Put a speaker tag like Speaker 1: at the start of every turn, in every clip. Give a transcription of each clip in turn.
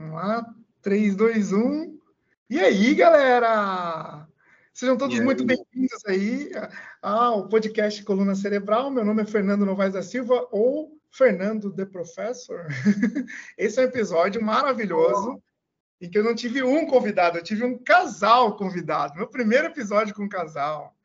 Speaker 1: Vamos lá, 3, 2, 1. E aí, galera? Sejam todos muito bem-vindos aí ao podcast Coluna Cerebral. Meu nome é Fernando Novaes da Silva, ou Fernando the Professor. Esse é um episódio maravilhoso, em que eu não tive um convidado, eu tive um casal convidado. Meu primeiro episódio com um casal.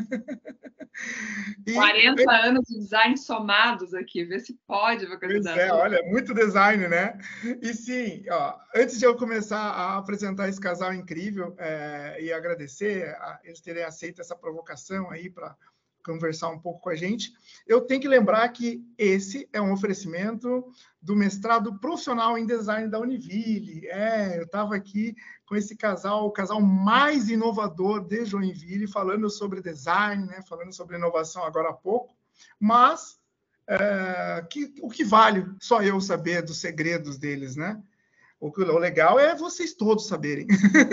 Speaker 2: 40 anos de design somados aqui, vê se pode uma coisa
Speaker 1: dessa. Pois é, olha, muito design, né? E sim, ó, antes de eu começar a apresentar esse casal incrível e agradecer eles terem aceito essa provocação aí para conversar um pouco com a gente, eu tenho que lembrar que esse é um oferecimento do mestrado profissional em design da Univille. Eu estava aqui com esse casal, o casal mais inovador de Joinville, falando sobre design, né? Falando sobre inovação agora há pouco, mas o que vale só eu saber dos segredos deles, né? O legal é vocês todos saberem.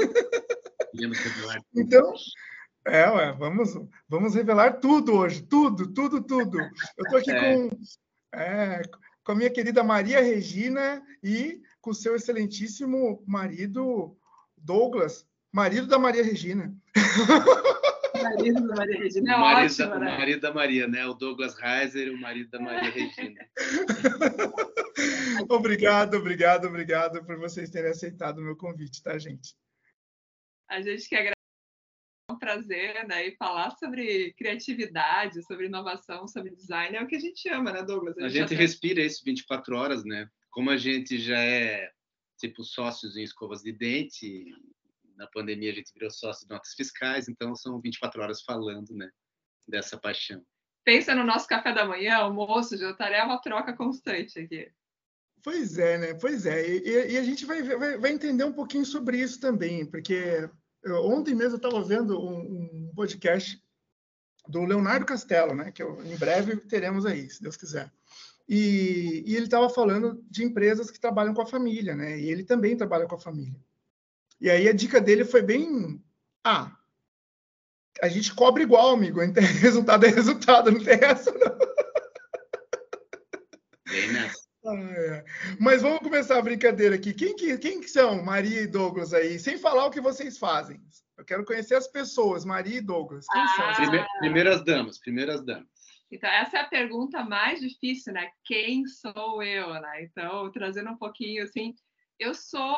Speaker 1: Então, vamos revelar tudo hoje, tudo. Eu estou aqui com a minha querida Maria Regina e com o seu excelentíssimo marido, Douglas, marido da Maria Regina.
Speaker 2: Marido da Maria Regina
Speaker 3: o marido da Maria, né? O Douglas Reiser, o marido da Maria Regina.
Speaker 1: Obrigado por vocês terem aceitado o meu convite, tá, gente?
Speaker 2: A gente que agradece, é um prazer, né? E falar sobre criatividade, sobre inovação, sobre design, é o que a gente ama, né, Douglas?
Speaker 3: A gente respira isso 24 horas, né? Como a gente já é, tipo, sócios em escovas de dente, na pandemia a gente virou sócio de notas fiscais, então são 24 horas falando, né, dessa paixão.
Speaker 2: Pensa no nosso café da manhã, almoço, jantar, é uma troca constante aqui.
Speaker 1: Pois é, né? Pois é. E a gente vai entender um pouquinho sobre isso também, porque ontem mesmo eu estava vendo um podcast do Leonardo Castelo, né? Que em breve teremos aí, se Deus quiser. E ele estava falando de empresas que trabalham com a família, né? E ele também trabalha com a família. E aí a dica dele foi bem... a gente cobra igual, amigo. Resultado é resultado, não tem essa, não.
Speaker 3: Bem nessa.
Speaker 1: Mas vamos começar a brincadeira aqui. Quem que são Maria e Douglas aí? Sem falar o que vocês fazem. Eu quero conhecer as pessoas, Maria e Douglas. Quem são?
Speaker 3: Primeiras damas.
Speaker 2: Então, essa é a pergunta mais difícil, né? Quem sou eu, né? Então, trazendo um pouquinho, assim... Eu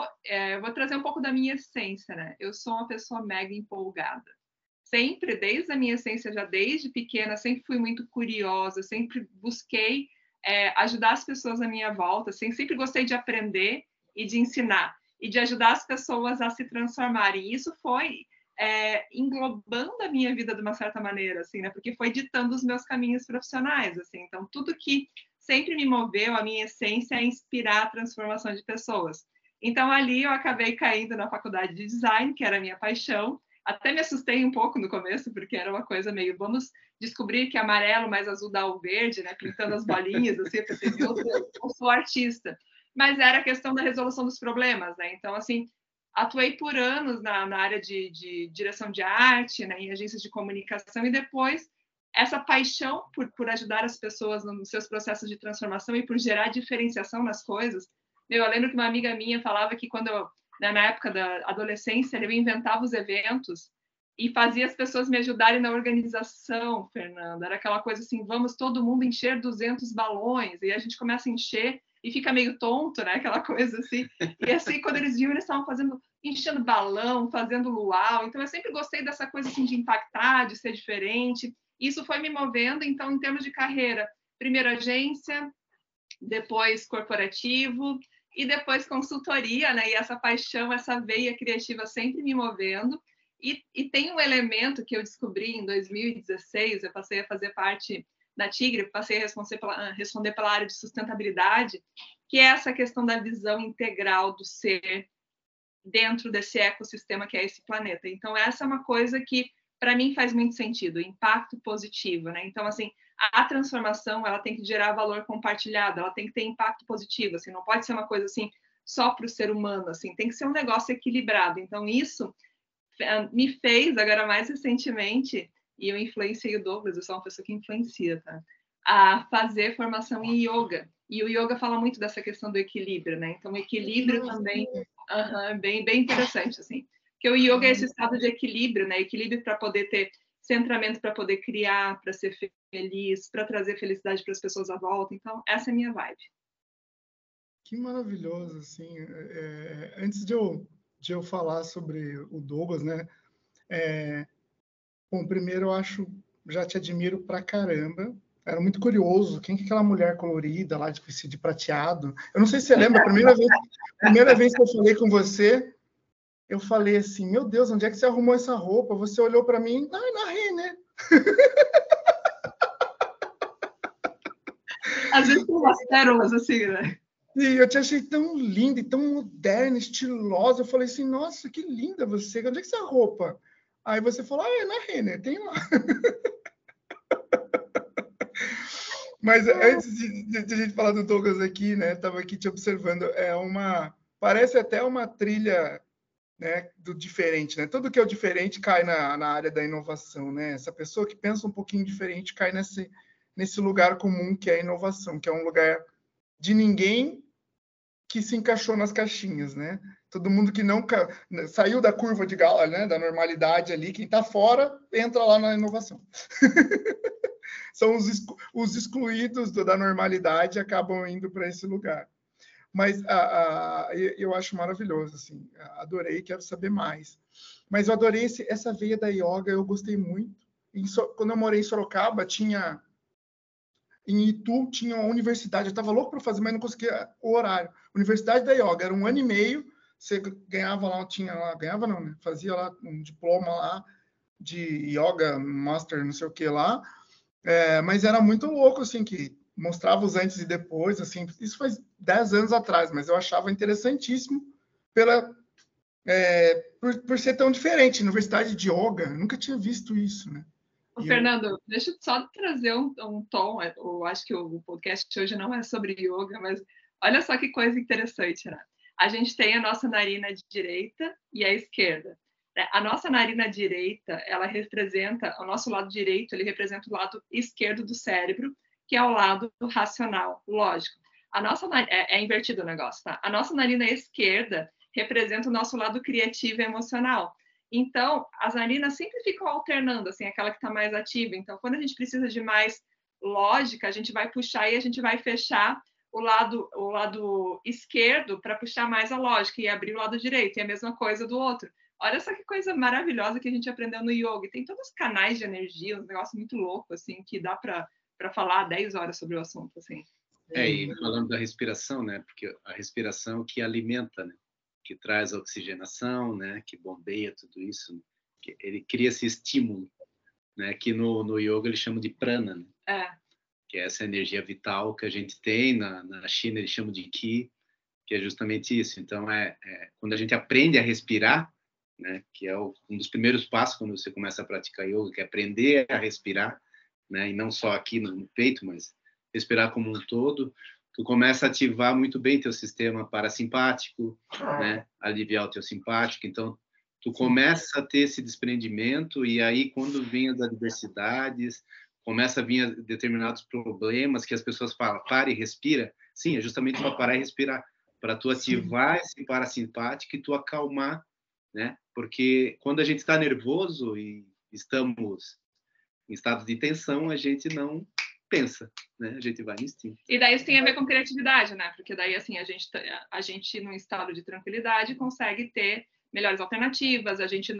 Speaker 2: vou trazer um pouco da minha essência, né? Eu sou uma pessoa mega empolgada. Sempre, desde a minha essência, já desde pequena, sempre fui muito curiosa, sempre busquei ajudar as pessoas à minha volta, assim, sempre gostei de aprender e de ensinar, e de ajudar as pessoas a se transformarem. E isso foi englobando a minha vida de uma certa maneira, assim, né? Porque foi ditando os meus caminhos profissionais, assim. Então, tudo que sempre me moveu, a minha essência é inspirar a transformação de pessoas. Então, ali eu acabei caindo na faculdade de design, que era a minha paixão. Até me assustei um pouco no começo, porque era uma coisa meio... Vamos descobrir que amarelo mais azul dá o verde, né? Pintando as bolinhas, assim, eu pensei, meu Deus, eu sou artista. Mas era a questão da resolução dos problemas, né? Então, assim, atuei por anos na área de direção de arte, né? Em agências de comunicação, e depois essa paixão por ajudar as pessoas nos seus processos de transformação e por gerar diferenciação nas coisas. Eu lembro que uma amiga minha falava que quando eu, na época da adolescência, eu inventava os eventos e fazia as pessoas me ajudarem na organização, Fernanda. Era aquela coisa assim, vamos todo mundo encher 200 balões, e a gente começa a encher e fica meio tonto, né? Aquela coisa assim. E assim, quando eles viam, eles estavam enchendo balão, fazendo luau. Então, eu sempre gostei dessa coisa assim de impactar, de ser diferente. Isso foi me movendo, então, em termos de carreira. Primeiro agência, depois corporativo e depois consultoria, né? E essa paixão, essa veia criativa sempre me movendo. E tem um elemento que eu descobri em 2016, eu passei a fazer parte da Tigre, passei a responder pela área de sustentabilidade, que é essa questão da visão integral do ser dentro desse ecossistema que é esse planeta. Então, essa é uma coisa que, para mim, faz muito sentido, impacto positivo, né? Então, assim, a transformação, ela tem que gerar valor compartilhado, ela tem que ter impacto positivo, assim, não pode ser uma coisa, assim, só para o ser humano, assim, tem que ser um negócio equilibrado. Então, isso me fez, agora mais recentemente, e eu influenciei o Douglas, eu sou uma pessoa que influencia, tá? a fazer formação em yoga. E o yoga fala muito dessa questão do equilíbrio, né? Então, o equilíbrio também bem interessante, assim. Porque o yoga é esse estado de equilíbrio, né? Equilíbrio para poder ter centramento, para poder criar, para ser feliz, para trazer felicidade para as pessoas à volta. Então, essa é a minha vibe.
Speaker 1: Que maravilhoso, assim. Antes de eu falar sobre o Douglas, né? Bom, primeiro já te admiro pra caramba. Era muito curioso, quem que é aquela mulher colorida lá de vestido de prateado? Eu não sei se você lembra, a primeira vez que eu falei com você, eu falei assim, meu Deus, onde é que você arrumou essa roupa? Você olhou para mim, na Renner.
Speaker 2: Às vezes tem umas pérolas assim, né?
Speaker 1: E eu te achei tão linda e tão moderna, estilosa. Eu falei assim, nossa, que linda você. Onde é que é essa roupa? Aí você falou, é na Renner, tem lá. Mas antes de a gente falar do Douglas aqui, né? Estava aqui te observando. Parece até uma trilha, né, do diferente, né? Tudo que é o diferente cai na área da inovação, né? Essa pessoa que pensa um pouquinho diferente cai nesse lugar comum que é a inovação, que é um lugar de ninguém que se encaixou nas caixinhas, né? Todo mundo que não saiu da curva de Gauss, né, da normalidade ali, quem está fora entra lá na inovação. São os excluídos da normalidade acabam indo para esse lugar. Mas eu acho maravilhoso, assim, adorei, quero saber mais. Mas eu adorei essa veia da yoga, eu gostei muito. Quando eu morei em Sorocaba, em Itu tinha uma universidade, eu estava louco para fazer, mas não conseguia o horário. Universidade da Yoga, era 1 ano e meio, você ganhava lá, ganhava não, né? Fazia lá um diploma lá de Yoga Master, não sei o que lá, mas era muito louco, assim, que mostrava os antes e depois, assim, isso faz 10 anos atrás, mas eu achava interessantíssimo por ser tão diferente. Universidade de Yoga, eu nunca tinha visto isso, né?
Speaker 2: Fernando, deixa eu só trazer um tom. Eu acho que o podcast hoje não é sobre yoga, mas olha só que coisa interessante, né? A gente tem a nossa narina direita e a esquerda. A nossa narina direita, ela representa, o nosso lado direito, ele representa o lado esquerdo do cérebro, que é o lado racional, lógico. É invertido o negócio, tá? A nossa narina esquerda representa o nosso lado criativo e emocional. Então, as narinas sempre ficam alternando, assim, aquela que está mais ativa. Então, quando a gente precisa de mais lógica, a gente vai puxar e a gente vai fechar o lado esquerdo para puxar mais a lógica e abrir o lado direito. E a mesma coisa do outro. Olha só que coisa maravilhosa que a gente aprendeu no yoga. Tem todos os canais de energia, um negócio muito louco, assim, que dá para falar 10 horas sobre o assunto, assim.
Speaker 3: E falando da respiração, né? Porque a respiração que alimenta, né? Que traz a oxigenação, né? Que bombeia tudo isso, né? Que ele cria esse estímulo, né? Que no yoga eles chamam de prana, né? Que é essa energia vital que a gente tem. Na China eles chamam de Qi, que é justamente isso. Então, quando a gente aprende a respirar, né? Que é um dos primeiros passos quando você começa a praticar yoga, que é aprender a respirar, né? E não só aqui no peito, mas respirar como um todo, tu começa a ativar muito bem teu sistema parasimpático, né? Aliviar o teu simpático. Então, tu começa a ter esse desprendimento e aí, quando vem as adversidades, começa a vir determinados problemas que as pessoas falam, para e respira. Sim, é justamente para parar e respirar, para tu ativar esse parasimpático e tu acalmar, né? Porque quando a gente está nervoso e estamos em estado de tensão, a gente não pensa, né? A gente vai no instinto.
Speaker 2: E daí isso tem a ver com criatividade, né? Porque daí, assim, a gente num estado de tranquilidade, consegue ter melhores alternativas, a gente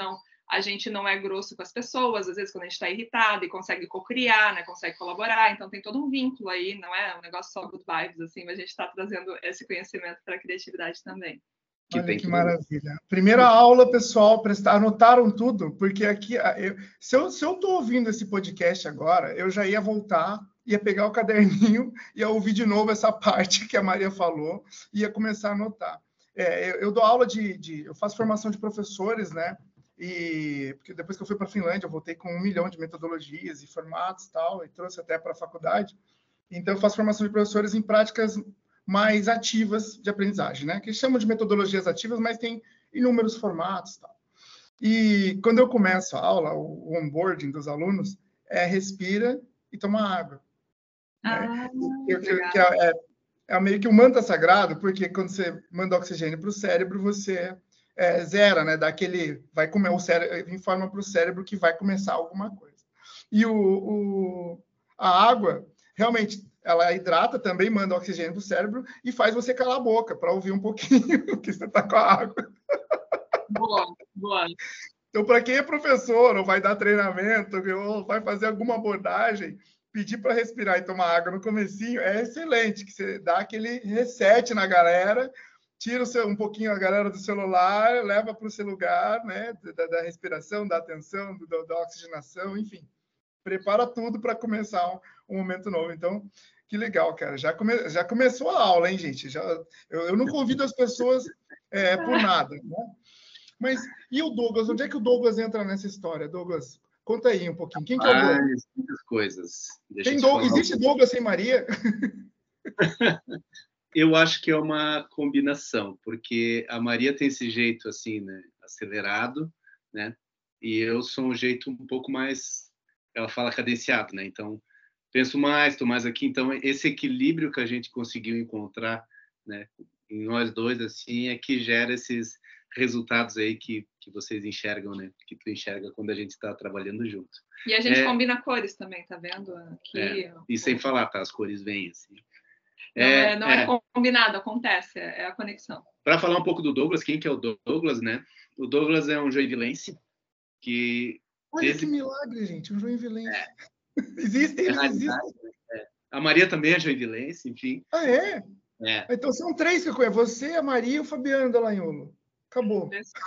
Speaker 2: não é grosso com as pessoas, às vezes quando a gente está irritado e consegue co-criar, né? Consegue colaborar, então tem todo um vínculo aí, não é um negócio só good vibes, assim, mas a gente está trazendo esse conhecimento para a criatividade também.
Speaker 1: Olha que maravilha. Primeira aula, pessoal, anotaram tudo? Porque aqui, se eu estou ouvindo esse podcast agora, eu já ia voltar, ia pegar o caderninho, ia ouvir de novo essa parte que a Maria falou, ia começar a anotar. Eu dou aula eu faço formação de professores, né? Porque depois que eu fui para a Finlândia, eu voltei com 1 milhão de metodologias e formatos e tal, e trouxe até para a faculdade. Então, eu faço formação de professores em práticas mais ativas de aprendizagem, né? Que chamam de metodologias ativas, mas tem inúmeros formatos, tal. E quando eu começo a aula, o onboarding dos alunos respira e toma água. né? Que
Speaker 2: legal.
Speaker 1: é meio que um mantra sagrado, porque quando você manda oxigênio para o cérebro, você zera, né? Vai comer o cérebro, informa para o cérebro que vai começar alguma coisa. E a água, realmente, ela hidrata também, manda oxigênio para o cérebro e faz você calar a boca para ouvir um pouquinho o que você está com a água.
Speaker 2: Boa, boa.
Speaker 1: Então, para quem é professor ou vai dar treinamento ou vai fazer alguma abordagem, pedir para respirar e tomar água no comecinho é excelente, que você dá aquele reset na galera, tira um pouquinho a galera do celular, leva para o seu lugar, né, da respiração, da atenção, da oxigenação, enfim. Prepara tudo para começar um momento novo. Então, que legal, cara. Já começou a aula, hein, gente? Eu não convido as pessoas por nada, né? Mas e o Douglas? Onde é que o Douglas entra nessa história? Douglas, conta aí um pouquinho. Quem que é o Douglas?
Speaker 3: Muitas coisas.
Speaker 1: Existe Douglas sem Maria?
Speaker 3: Eu acho que é uma combinação, porque a Maria tem esse jeito assim, né, acelerado, né? E eu sou um jeito um pouco mais, ela fala cadenciado, né? Então, penso mais, estou mais aqui. Então, esse equilíbrio que a gente conseguiu encontrar, né, em nós dois, assim, é que gera esses resultados aí que vocês enxergam, né? Que tu enxerga quando a gente está trabalhando junto.
Speaker 2: E a gente combina cores também, tá vendo? Aqui,
Speaker 3: e sem falar, tá? As cores vêm assim.
Speaker 2: Não é combinado, acontece, é a conexão.
Speaker 3: Para falar um pouco do Douglas, quem que é o Douglas, né? O Douglas é um joinvilense que...
Speaker 1: Olha que milagre, gente, um joinvilense. Eles existem.
Speaker 3: A Maria também é joinvilense, enfim.
Speaker 1: Ah, é? Então são 3 que eu conheço. Você, a Maria e o Fabiano da Lanholo. Acabou.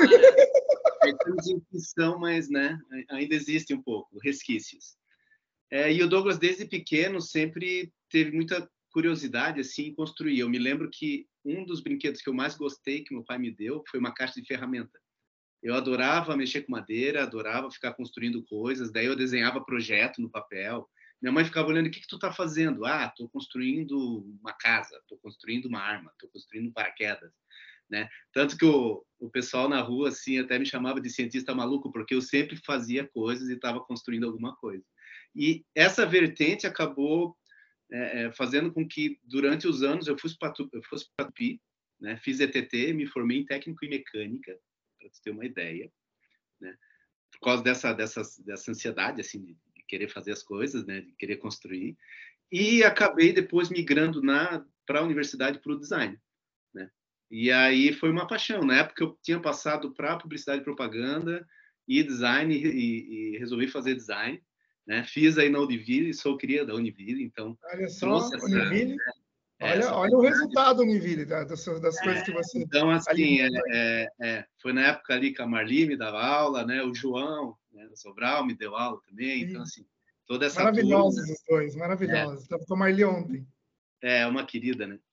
Speaker 3: Temos intuição, mas, né, ainda existe um pouco, resquícios. E o Douglas, desde pequeno, sempre teve muita curiosidade assim, em construir. Eu me lembro que um dos brinquedos que eu mais gostei, que meu pai me deu, foi uma caixa de ferramenta. Eu adorava mexer com madeira, adorava ficar construindo coisas, daí eu desenhava projeto no papel. Minha mãe ficava olhando, o que tu tá fazendo? Ah, tô construindo uma casa, tô construindo uma arma, tô construindo um paraquedas, né? Tanto que o pessoal na rua, assim, até me chamava de cientista maluco, porque eu sempre fazia coisas e estava construindo alguma coisa. E essa vertente acabou fazendo com que, durante os anos, eu fosse para Tupi, né? Fiz ETT, me formei em técnico e mecânica, para você ter uma ideia, né? Por causa dessa ansiedade, assim, de querer fazer as coisas, né? De querer construir. E acabei depois migrando para a universidade para o design, né? E aí foi uma paixão. Na época eu tinha passado para publicidade e propaganda e design e resolvi fazer design, né? Fiz aí na Univille, sou cria da Univille, então
Speaker 1: olha só, Univille. Olha o resultado, Univille, das coisas que você...
Speaker 3: Então, assim, foi na época ali que a Marli me dava aula, né? O João, né, do Sobral, me deu aula também. Então, assim, toda essa
Speaker 1: maravilhosos
Speaker 3: turma,
Speaker 1: os dois, maravilhosos. Estava com a Marli ontem.
Speaker 3: Uma querida, né?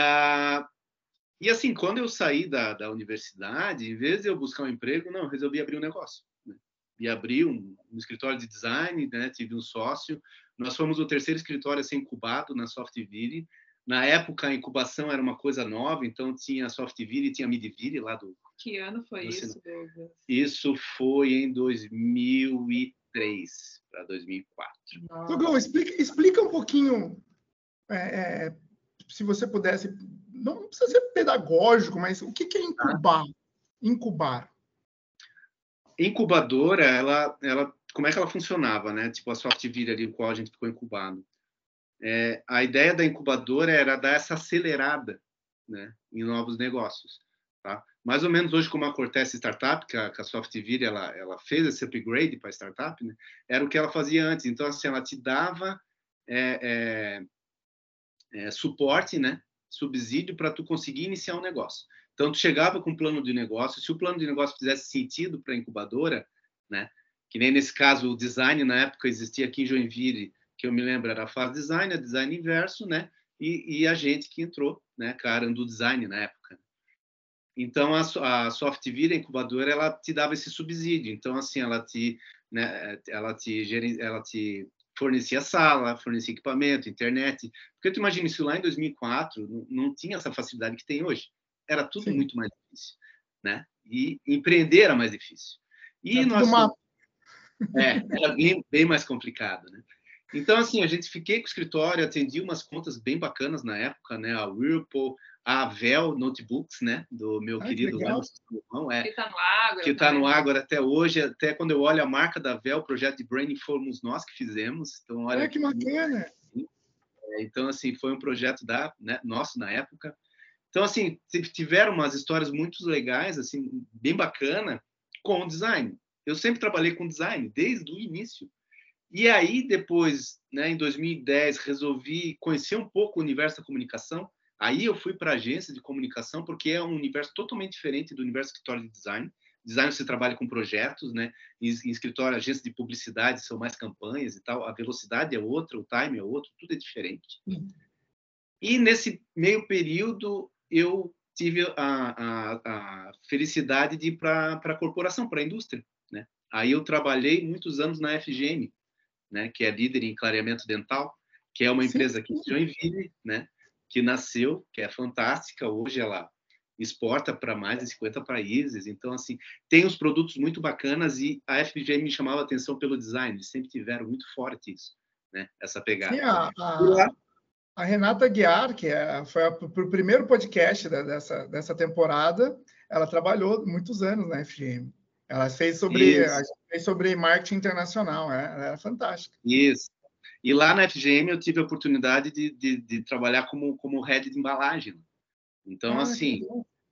Speaker 3: E assim, quando eu saí da universidade, em vez de eu buscar um emprego, não, eu resolvi abrir um negócio, né? E abri um escritório de design, né? Tive um sócio. Nós fomos o terceiro escritório a ser incubado na Softville. Na época, a incubação era uma coisa nova, então tinha a Softville e tinha a Midville lá do...
Speaker 2: Que ano foi isso, Douglas?
Speaker 3: Isso foi em 2003 para 2004.
Speaker 1: Douglas, explica um pouquinho, se você pudesse, não precisa ser pedagógico, mas o que é incubar? Incubar.
Speaker 3: Incubadora, ela, como é que ela funcionava, né? Tipo a Softville ali, no qual a gente ficou incubado. A ideia da incubadora era dar essa acelerada, né, em novos negócios, tá? Mais ou menos hoje, como a Cortez Startup, que a Softville ela fez esse upgrade para a startup, né? Era o que ela fazia antes. Então, assim, ela te dava suporte, né, subsídio para tu conseguir iniciar um negócio. Então, tu chegava com um plano de negócio. Se o plano de negócio fizesse sentido para a incubadora, né, que nem nesse caso o design na época existia aqui em Joinville, que eu me lembro era a Faz Design, a Design Inverso, né, e a gente que entrou, né, cara, do design na época. Então a Softville, a incubadora, ela te dava esse subsídio. Então, assim, ela te fornecia sala, fornecia equipamento, internet. Porque tu imagina, isso lá em 2004 não tinha essa facilidade que tem hoje. Era tudo muito mais difícil, né? E empreender era mais difícil. E
Speaker 1: era bem mais complicado, né?
Speaker 3: Então, assim, a gente fiquei com o escritório, atendi umas contas bem bacanas na época, né? A Whirlpool, a Avel Notebooks, né? Do meu
Speaker 1: Que
Speaker 3: querido
Speaker 1: legal.
Speaker 3: Emerson Salomão,
Speaker 2: Que está no Agro.
Speaker 3: que está no
Speaker 2: também.
Speaker 3: Agro até hoje. Até quando eu olho a marca da Avel, o projeto de branding fomos nós que fizemos. Então, olha
Speaker 1: Que bacana.
Speaker 3: Então, assim, foi um projeto nosso na época. Então, assim, tiveram umas histórias muito legais, assim, bem bacana com o design. Eu sempre trabalhei com design, desde o início. E aí, depois, né, em 2010, resolvi conhecer um pouco o universo da comunicação. Aí eu fui para a agência de comunicação, porque é um universo totalmente diferente do universo de escritório de design. Design você trabalha com projetos, né? Em escritório, agência de publicidade são mais campanhas e tal. A velocidade é outra, o time é outro, tudo é diferente. E nesse meio período, eu tive a felicidade de ir para a corporação, para a indústria, né? Aí eu trabalhei muitos anos na FGM, né, que é líder em clareamento dental, que é uma empresa aqui de Joinville, né, que nasceu, que é fantástica. Hoje ela exporta para mais de 50 países. Então, assim, tem uns produtos muito bacanas e a FGM me chamava a atenção pelo design. Eles sempre tiveram muito forte isso, né, essa pegada.
Speaker 1: Sim, a Renata Guiar, que foi o primeiro podcast dessa temporada, ela trabalhou muitos anos na FGM. Ela fez sobre marketing internacional, ela era fantástica.
Speaker 3: Isso. E lá na FGM eu tive a oportunidade de trabalhar como head de embalagem. Então, assim,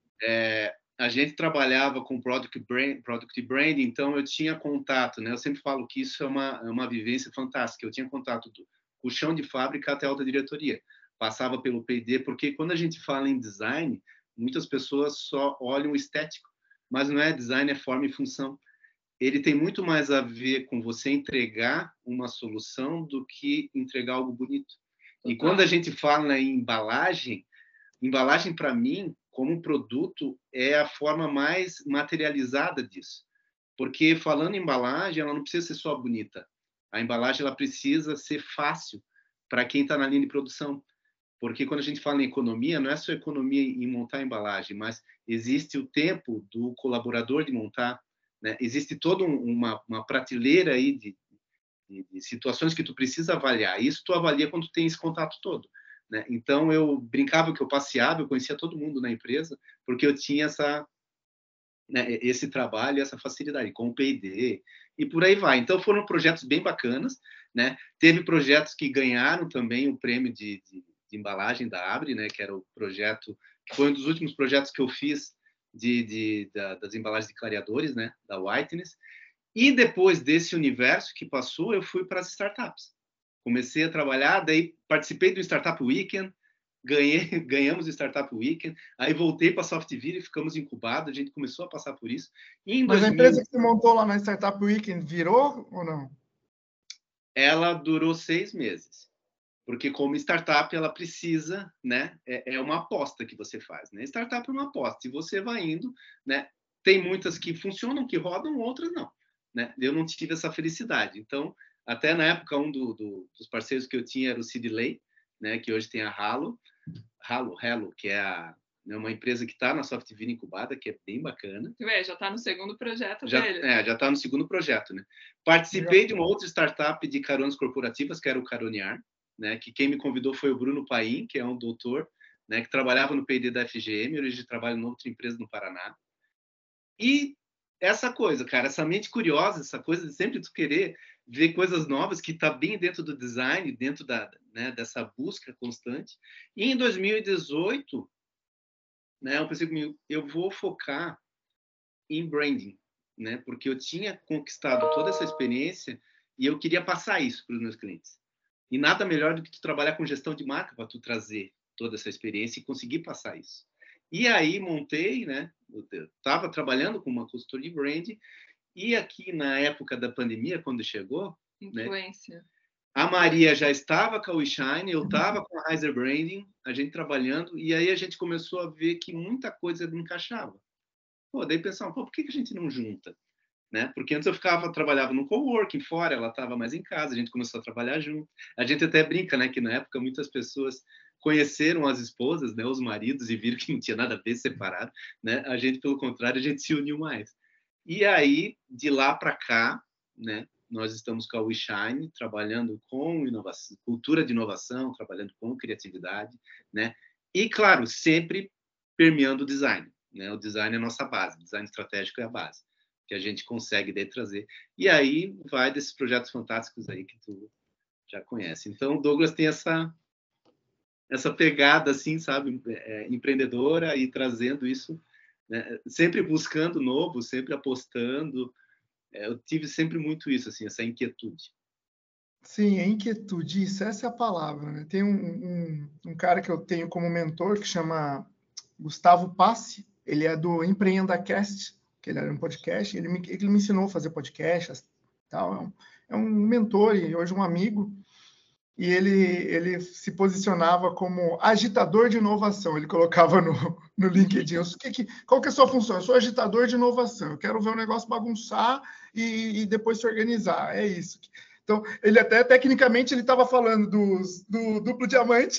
Speaker 3: a gente trabalhava com product brand, então eu tinha contato, né? Eu sempre falo que isso é uma vivência fantástica. Eu tinha contato do chão de fábrica até a alta diretoria. Passava pelo P&D, porque quando a gente fala em design, muitas pessoas só olham o estético, mas não é design, é forma e função. Ele tem muito mais a ver com você entregar uma solução do que entregar algo bonito. E quando a gente fala em embalagem para mim, como produto, é a forma mais materializada disso. Porque falando em embalagem, ela não precisa ser só bonita. A embalagem ela precisa ser fácil para quem está na linha de produção. Porque quando a gente fala em economia, não é só economia em montar a embalagem, mas existe o tempo do colaborador de montar, né? Existe toda uma prateleira aí de situações que tu precisa avaliar. Isso tu avalia quando tu tem esse contato todo, né? Então eu brincava que eu passeava, eu conhecia todo mundo na empresa, porque eu tinha esse trabalho, essa facilidade com o P&D e por aí vai. Então foram projetos bem bacanas, né? Teve projetos que ganharam também o prêmio de embalagem da Abre, né? Que era o projeto que foi um dos últimos projetos que eu fiz das embalagens de clareadores, né? Da Whiteness. E depois desse universo que passou, eu fui para as startups. Comecei a trabalhar, daí participei do Startup Weekend, ganhamos o Startup Weekend, aí voltei para a Softville e ficamos incubados, a gente começou a passar por isso.
Speaker 1: Mas a empresa que você montou lá na Startup Weekend virou ou não?
Speaker 3: Ela durou 6 meses. Porque como startup, ela precisa, né? É uma aposta que você faz, né? Startup é uma aposta. E você vai indo, né? Tem muitas que funcionam, que rodam, outras não, né? Eu não tive essa felicidade. Então, até na época, dos parceiros que eu tinha era o Sid Lay, né? Que hoje tem a Halo, que é uma empresa que está na Softville incubada, que é bem bacana.
Speaker 2: Já está no segundo projeto
Speaker 3: dele. Já está no segundo projeto, né? Participei de uma outra startup de caronas corporativas, que era o Caronear, né? Que quem me convidou foi o Bruno Paim, que é um doutor, né? Que trabalhava no P&D da FGM, hoje trabalha em outra empresa no Paraná. E essa coisa, cara, essa mente curiosa, essa coisa de sempre tu querer ver coisas novas que está bem dentro do design, dentro dessa busca constante. E em 2018, né, eu pensei comigo, eu vou focar em branding, né? Porque eu tinha conquistado toda essa experiência e eu queria passar isso para os meus clientes. E nada melhor do que tu trabalhar com gestão de marca para tu trazer toda essa experiência e conseguir passar isso. E aí montei, né? Eu estava trabalhando com uma consultora de branding e aqui na época da pandemia, quando chegou,
Speaker 2: influência.
Speaker 3: Né, a Maria já estava com a WeShine, eu estava com a Heiser Branding, a gente trabalhando, e aí a gente começou a ver que muita coisa não encaixava. Daí pensava, por que a gente não junta? Né? Porque antes eu trabalhava no coworking fora, ela estava mais em casa, a gente começou a trabalhar junto. A gente até brinca, né, que na época muitas pessoas conheceram as esposas, né, os maridos, e viram que não tinha nada a ver separado, né? A gente, pelo contrário, a gente se uniu mais. E aí, de lá para cá, né, nós estamos com a WeShine, trabalhando com inovação, cultura de inovação, trabalhando com criatividade, né? E, claro, sempre permeando o design, né? O design é a nossa base, o design estratégico é a base, que a gente consegue daí trazer. E aí vai desses projetos fantásticos aí que tu já conhece. Então, o Douglas tem essa pegada, assim, sabe, empreendedora, e trazendo isso, né? Sempre buscando novo, sempre apostando. Eu tive sempre muito isso, assim, essa inquietude.
Speaker 1: Sim, é inquietude, isso, essa é a palavra, né? Tem um cara que eu tenho como mentor que chama Gustavo Passi, ele é do EmpreendaCast, que ele era um podcast, ele me ensinou a fazer podcast, tal, é um mentor e hoje um amigo, e ele se posicionava como agitador de inovação, ele colocava no LinkedIn, qual que é a sua função? Eu sou agitador de inovação, eu quero ver o negócio bagunçar e depois se organizar, é isso. Então, ele até, tecnicamente, ele estava falando do duplo diamante,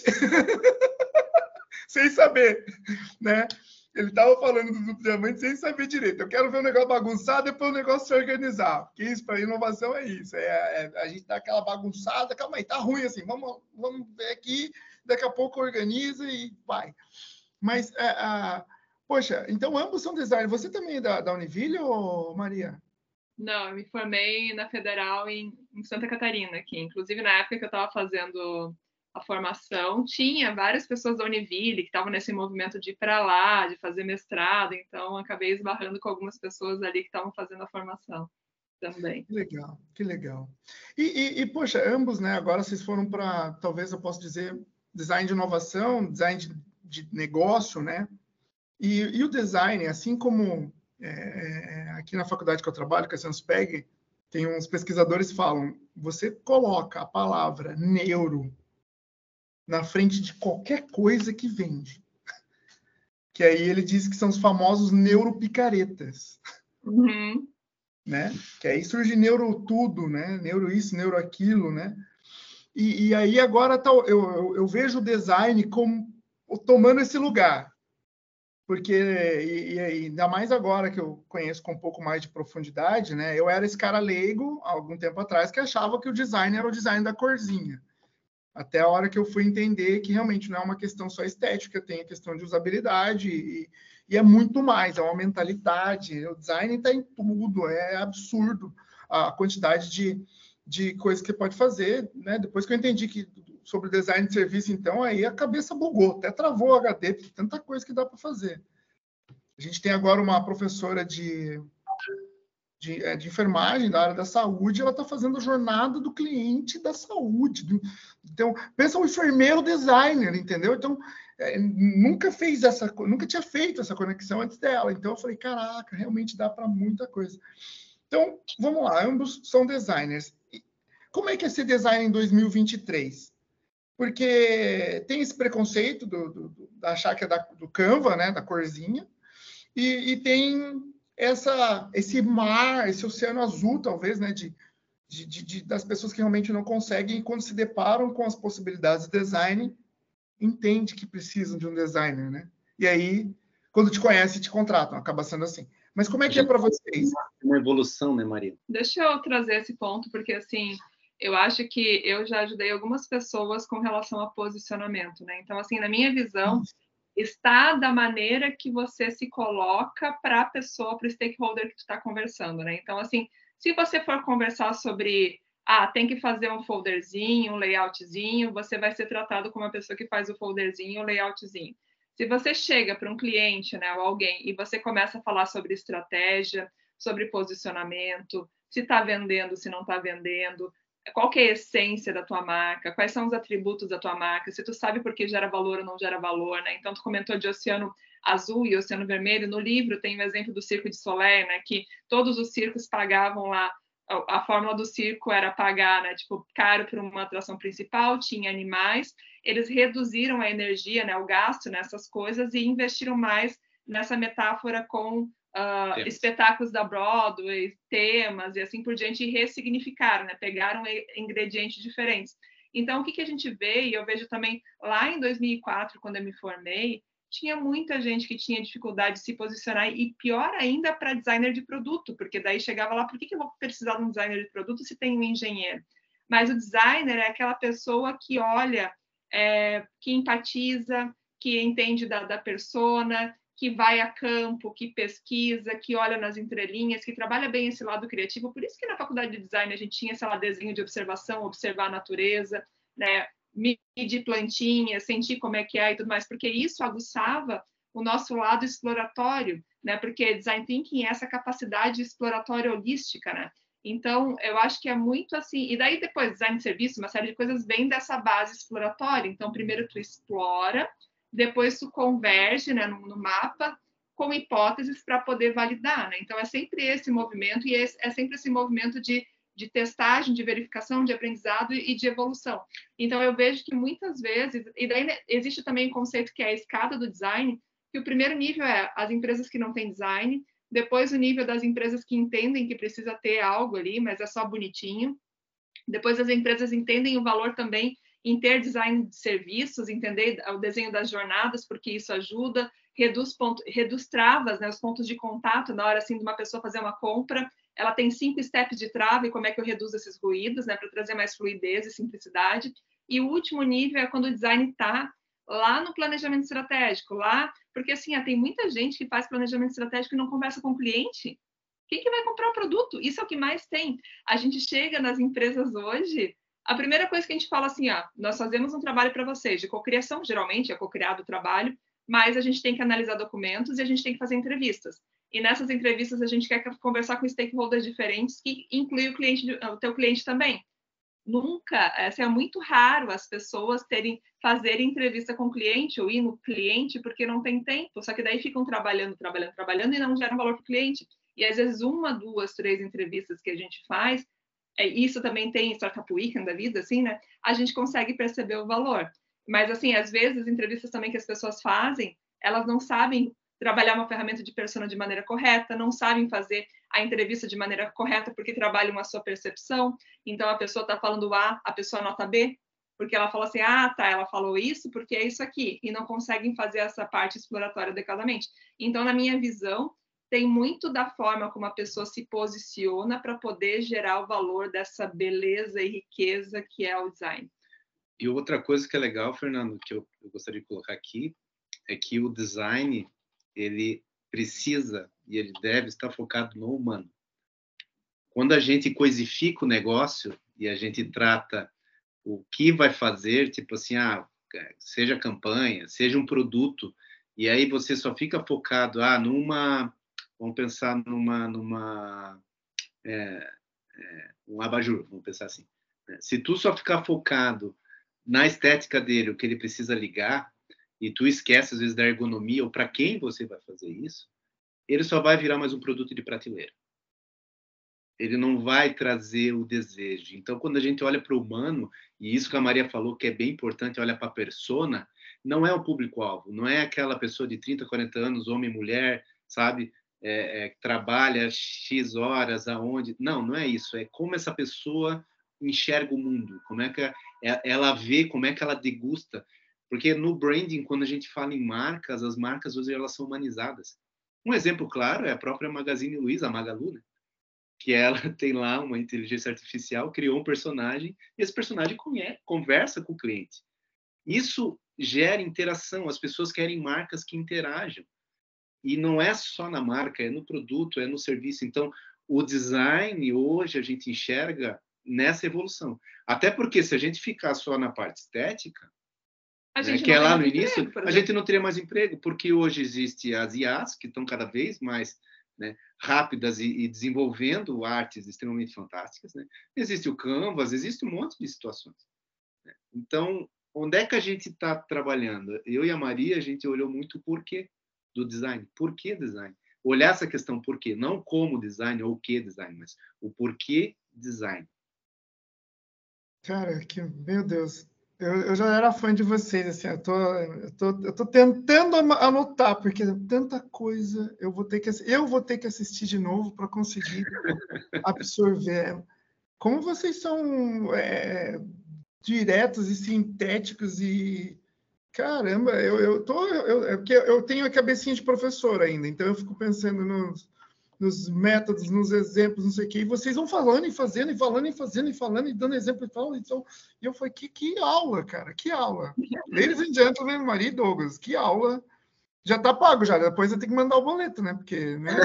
Speaker 1: sem saber, né? Ele estava falando do duplo diamante sem saber direito. Eu quero ver o negócio bagunçar, depois o negócio se organizar. Porque isso, para inovação, é isso. A gente dá aquela bagunçada, calma aí, tá ruim assim, vamos ver aqui, daqui a pouco organiza e vai. Mas, poxa, então ambos são designers. Você também é da Univille, ou Maria?
Speaker 2: Não, eu me formei na Federal em Santa Catarina, aqui. Inclusive, na época que eu estava fazendo a formação, tinha várias pessoas da Univille que estavam nesse movimento de ir para lá, de fazer mestrado, então acabei esbarrando com algumas pessoas ali que estavam fazendo a formação também.
Speaker 1: Que legal, que legal. E poxa, ambos, né? Agora vocês foram para, talvez eu possa dizer, design de inovação, design de negócio, né? E o design, assim como aqui na faculdade que eu trabalho, que é a Sanspeg, tem uns pesquisadores que falam, você coloca a palavra neuro na frente de qualquer coisa que vende. Que aí ele diz que são os famosos neuropicaretas.
Speaker 2: Uhum.
Speaker 1: Né? Que aí surge neuro tudo, né? Neuro isso, neuro aquilo, né? E aí agora eu vejo o design como tomando esse lugar. Porque, e ainda mais agora que eu conheço com um pouco mais de profundidade, né? Eu era esse cara leigo, há algum tempo atrás, que achava que o design era o design da corzinha. Até a hora que eu fui entender que realmente não é uma questão só estética, tem a questão de usabilidade e é muito mais, é uma mentalidade. O design está em tudo, é absurdo a quantidade de coisas que pode fazer, né? Depois que eu entendi que sobre design de serviço, então, aí a cabeça bugou, até travou o HD, porque tanta coisa que dá para fazer. A gente tem agora uma professora de enfermagem da área da saúde, ela está fazendo a jornada do cliente da saúde. Então, pensa um enfermeiro designer, entendeu? Então, nunca tinha feito essa conexão antes dela. Então, eu falei, caraca, realmente dá para muita coisa. Então, vamos lá, ambos são designers. E como é que é ser designer em 2023? Porque tem esse preconceito da achar que é do Canva, né, da corzinha, e tem esse mar, esse oceano azul, talvez, né, das pessoas que realmente não conseguem, e quando se deparam com as possibilidades de design, entende que precisam de um designer, né? E aí, quando te conhecem, te contratam, acaba sendo assim. Mas como é que é para vocês?
Speaker 3: Uma evolução, né, Maria?
Speaker 2: Deixa eu trazer esse ponto, porque, assim, eu acho que eu já ajudei algumas pessoas com relação a posicionamento, né? Então, assim, na minha visão, está da maneira que você se coloca para a pessoa, para o stakeholder que tu está conversando, né? Então, assim, se você for conversar sobre, tem que fazer um folderzinho, um layoutzinho, você vai ser tratado como uma pessoa que faz o folderzinho, o layoutzinho. Se você chega para um cliente, né, ou alguém, e você começa a falar sobre estratégia, sobre posicionamento, se está vendendo, se não está vendendo, qual que é a essência da tua marca, quais são os atributos da tua marca, se tu sabe por que gera valor ou não gera valor, né? Então, tu comentou de oceano azul e oceano vermelho. No livro tem o exemplo do Circo de Soleil, né? Que todos os circos pagavam lá, a fórmula do circo era pagar, né? Tipo, caro por uma atração principal, tinha animais, eles reduziram a energia, né? O gasto nessas coisas e investiram mais nessa metáfora com espetáculos da Broadway, temas e assim por diante, e ressignificaram, né? Pegaram ingredientes diferentes. Então, o que a gente vê, e eu vejo também lá em 2004, quando eu me formei, tinha muita gente que tinha dificuldade de se posicionar, e pior ainda para designer de produto, porque daí chegava lá, por que eu vou precisar de um designer de produto se tem um engenheiro? Mas o designer é aquela pessoa que olha, que empatiza, que entende da persona, que vai a campo, que pesquisa, que olha nas entrelinhas, que trabalha bem esse lado criativo. Por isso que na faculdade de design a gente tinha esse ladezinho de observação, observar a natureza, né? Medir plantinhas, sentir como é que é e tudo mais, porque isso aguçava o nosso lado exploratório, né? Porque design thinking é essa capacidade exploratória holística, né? Então, eu acho que é muito assim. E daí, depois, design de serviço, uma série de coisas vem dessa base exploratória. Então, primeiro tu explora, depois tu converge, né, no mapa com hipóteses para poder validar, né? Então, é sempre esse movimento, e é sempre esse movimento de testagem, de verificação, de aprendizado e de evolução. Então, eu vejo que muitas vezes, e daí existe também um conceito que é a escada do design, que o primeiro nível é as empresas que não têm design, depois o nível das empresas que entendem que precisa ter algo ali, mas é só bonitinho, depois as empresas entendem o valor também em ter design de serviços, entender o desenho das jornadas, porque isso ajuda, reduz travas, né, os pontos de contato na hora assim de uma pessoa fazer uma compra, ela tem 5 steps de trava, e como é que eu reduzo esses ruídos, né, para trazer mais fluidez e simplicidade. E o último nível é quando o design está lá no planejamento estratégico, lá, porque assim, tem muita gente que faz planejamento estratégico e não conversa com o cliente. Quem que vai comprar o produto? Isso é o que mais tem. A gente chega nas empresas hoje, a primeira coisa que a gente fala assim, nós fazemos um trabalho para vocês de cocriação, geralmente é cocriado o trabalho, mas a gente tem que analisar documentos e a gente tem que fazer entrevistas. E nessas entrevistas a gente quer conversar com stakeholders diferentes, que inclui o teu cliente também. Nunca, é muito raro as pessoas fazerem entrevista com o cliente ou ir no cliente porque não tem tempo, só que daí ficam trabalhando e não geram valor para o cliente. E às vezes 1, 2, 3 entrevistas que a gente faz, isso também tem Startup Weekend da vida, assim, né? A gente consegue perceber o valor. Mas, assim, às vezes as entrevistas também que as pessoas fazem, elas não sabem trabalhar uma ferramenta de persona de maneira correta, não sabem fazer a entrevista de maneira correta porque trabalham a sua percepção. Então, a pessoa está falando A, a pessoa nota B, porque ela fala assim, ela falou isso porque é isso aqui, e não conseguem fazer essa parte exploratória adequadamente. Então, na minha visão, tem muito da forma como a pessoa se posiciona para poder gerar o valor dessa beleza e riqueza que é o design.
Speaker 3: E outra coisa que é legal, Fernando, que eu gostaria de colocar aqui, é que o design, ele precisa e ele deve estar focado no humano. Quando a gente coisifica o negócio e a gente trata o que vai fazer, tipo assim, seja campanha, seja um produto, e aí você só fica focado, vamos pensar um abajur, vamos pensar assim. Se tu só ficar focado na estética dele, o que ele precisa ligar, e tu esquece às vezes da ergonomia ou para quem você vai fazer isso, ele só vai virar mais um produto de prateleira. Ele não vai trazer o desejo. Então, quando a gente olha para o humano, e isso que a Maria falou que é bem importante, olha para a persona, não é o público-alvo, não é aquela pessoa de 30, 40 anos, homem, mulher, sabe, trabalha X horas, aonde... Não é isso. É como essa pessoa enxerga o mundo, como é que ela vê, como é que ela degusta. Porque no branding, quando a gente fala em marcas, as marcas hoje elas são humanizadas. Um exemplo claro é a própria Magazine Luiza, a Magalu, né? Que ela tem lá uma inteligência artificial, criou um personagem, e esse personagem conversa com o cliente. Isso gera interação, as pessoas querem marcas que interajam. E não é só na marca, é no produto, é no serviço. Então, o design, hoje, a gente enxerga nessa evolução. Até porque, se a gente ficar só na parte estética, que é lá no início, a gente não teria mais emprego, porque hoje existe as IAs, que estão cada vez mais rápidas e desenvolvendo artes extremamente fantásticas. Né? Existe o Canvas, existe um monte de situações. Né? Então, onde é que a gente está trabalhando? Eu e a Maria, a gente olhou muito o porquê do design. Por que design? Olhar essa questão por quê, não como design ou o que design, mas o porquê design.
Speaker 1: Cara, meu Deus, eu já era fã de vocês, assim, eu tô tentando anotar, porque tanta coisa eu vou ter que assistir de novo para conseguir absorver. Como vocês são diretos e sintéticos e, Caramba, porque eu tenho a cabecinha de professor ainda, então eu fico pensando nos métodos, nos exemplos, não sei o quê, e vocês vão falando e fazendo, e falando e fazendo, e falando, e dando exemplo e tal, então, e eu falei, que aula, cara, que aula. Ladies and gentlemen, Maria e Douglas, que aula. Já tá pago já, depois eu tenho que mandar o boleto, né, porque... Né,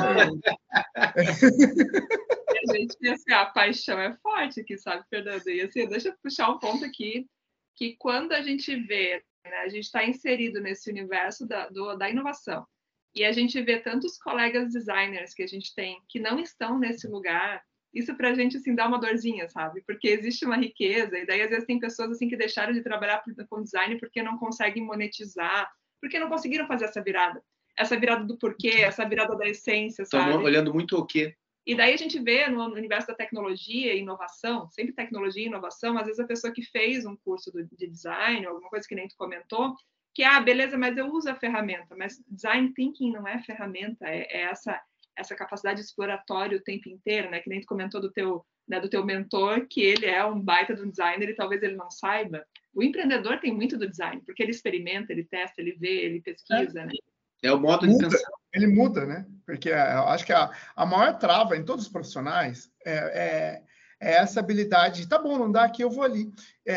Speaker 2: a gente, assim, a paixão é forte aqui, sabe, Fernando? E assim, deixa eu puxar um ponto aqui, que quando a gente vê, né, a gente está inserido nesse universo da inovação, e a gente vê tantos colegas designers que a gente tem que não estão nesse lugar, isso para a gente, assim, dá uma dorzinha, sabe? Porque existe uma riqueza, e daí às vezes tem pessoas, assim, que deixaram de trabalhar com design porque não conseguem monetizar, porque não conseguiram fazer essa virada do porquê, essa virada da essência, sabe?
Speaker 3: Estão olhando muito o quê?
Speaker 2: E daí a gente vê no universo da tecnologia e inovação, sempre tecnologia e inovação, às vezes a pessoa que fez um curso de design, alguma coisa que nem tu comentou, que, beleza, mas eu uso a ferramenta, mas design thinking não é ferramenta, é essa capacidade exploratória o tempo inteiro, né? Que nem tu comentou do teu mentor, que ele é um baita de um designer e talvez ele não saiba. O empreendedor tem muito do design, porque ele experimenta, ele testa, ele vê, ele pesquisa, né?
Speaker 3: É o modo de pensar.
Speaker 1: Ele muda, né? Porque eu acho que a maior trava em todos os profissionais é essa habilidade de, tá bom, não dá aqui, eu vou ali.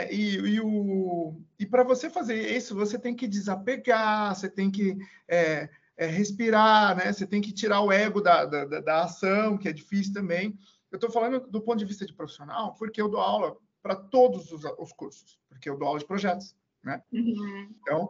Speaker 1: E para você fazer isso, você tem que desapegar, você tem que respirar, né? Você tem que tirar o ego da ação, que é difícil também. Eu estou falando do ponto de vista de profissional, porque eu dou aula para todos os cursos, porque eu dou aula de projetos. Né?
Speaker 2: Uhum.
Speaker 1: Então,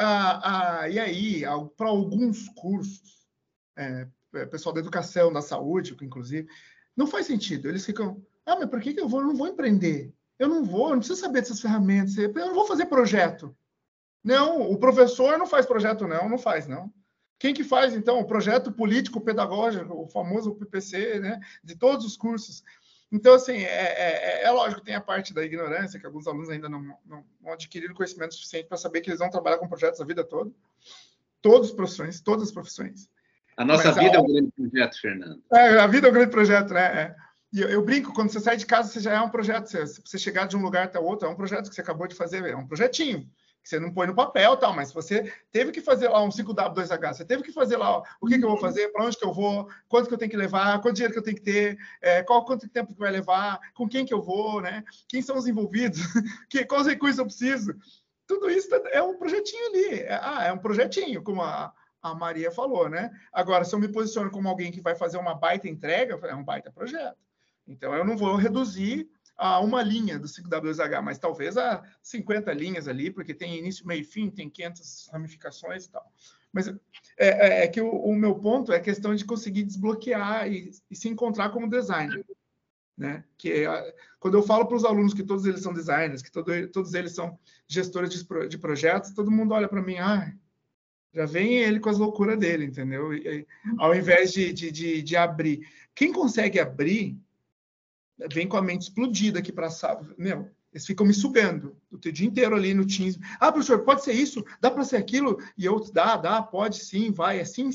Speaker 1: e aí, para alguns cursos, pessoal da educação, da saúde, inclusive, não faz sentido. Eles ficam, mas por que eu não vou empreender? Eu não preciso saber dessas ferramentas, eu não vou fazer projeto. Não, o professor não faz projeto, não faz, não. Quem que faz, então, o projeto político-pedagógico, o famoso PPC, né, de todos os cursos? Então, assim, é lógico que tem a parte da ignorância, que alguns alunos ainda não adquiriram conhecimento suficiente para saber que eles vão trabalhar com projetos a vida toda. Todas as profissões.
Speaker 3: A nossa vida é um grande projeto, Fernando.
Speaker 1: A vida é um grande projeto, né? E eu brinco, quando você sai de casa, você já é um projeto. Você chegar de um lugar até outro, é um projeto que você acabou de fazer, é um projetinho. Que você não põe no papel, tal, mas você teve que fazer lá um 5W2H, você teve que fazer lá o que eu vou fazer, para onde que eu vou, quanto que eu tenho que levar, quanto dinheiro que eu tenho que ter, quanto tempo que vai levar, com quem que eu vou, né? Quem são os envolvidos, quais recursos eu preciso. Tudo isso é um projetinho ali. É um projetinho, como a Maria falou, né? Agora, se eu me posiciono como alguém que vai fazer uma baita entrega, é um baita projeto. Então, eu não vou reduzir a uma linha do 5W2H, mas talvez a 50 linhas ali, porque tem início, meio e fim, tem 500 ramificações e tal. Mas que o meu ponto é a questão de conseguir desbloquear e se encontrar como designer. Né? Quando eu falo para os alunos que todos eles são designers, que todos eles são gestores de projetos, todo mundo olha para mim, já vem ele com as loucuras dele, entendeu? Ao invés de abrir. Quem consegue abrir vem com a mente explodida aqui para a sala. Eles ficam me sugando o dia inteiro ali no Teams. Professor, pode ser isso? Dá para ser aquilo? E eu, dá, pode sim, vai. É sim,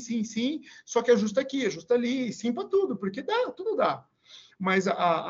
Speaker 1: só que ajusta aqui, ajusta ali, sim para tudo, porque tudo dá. Mas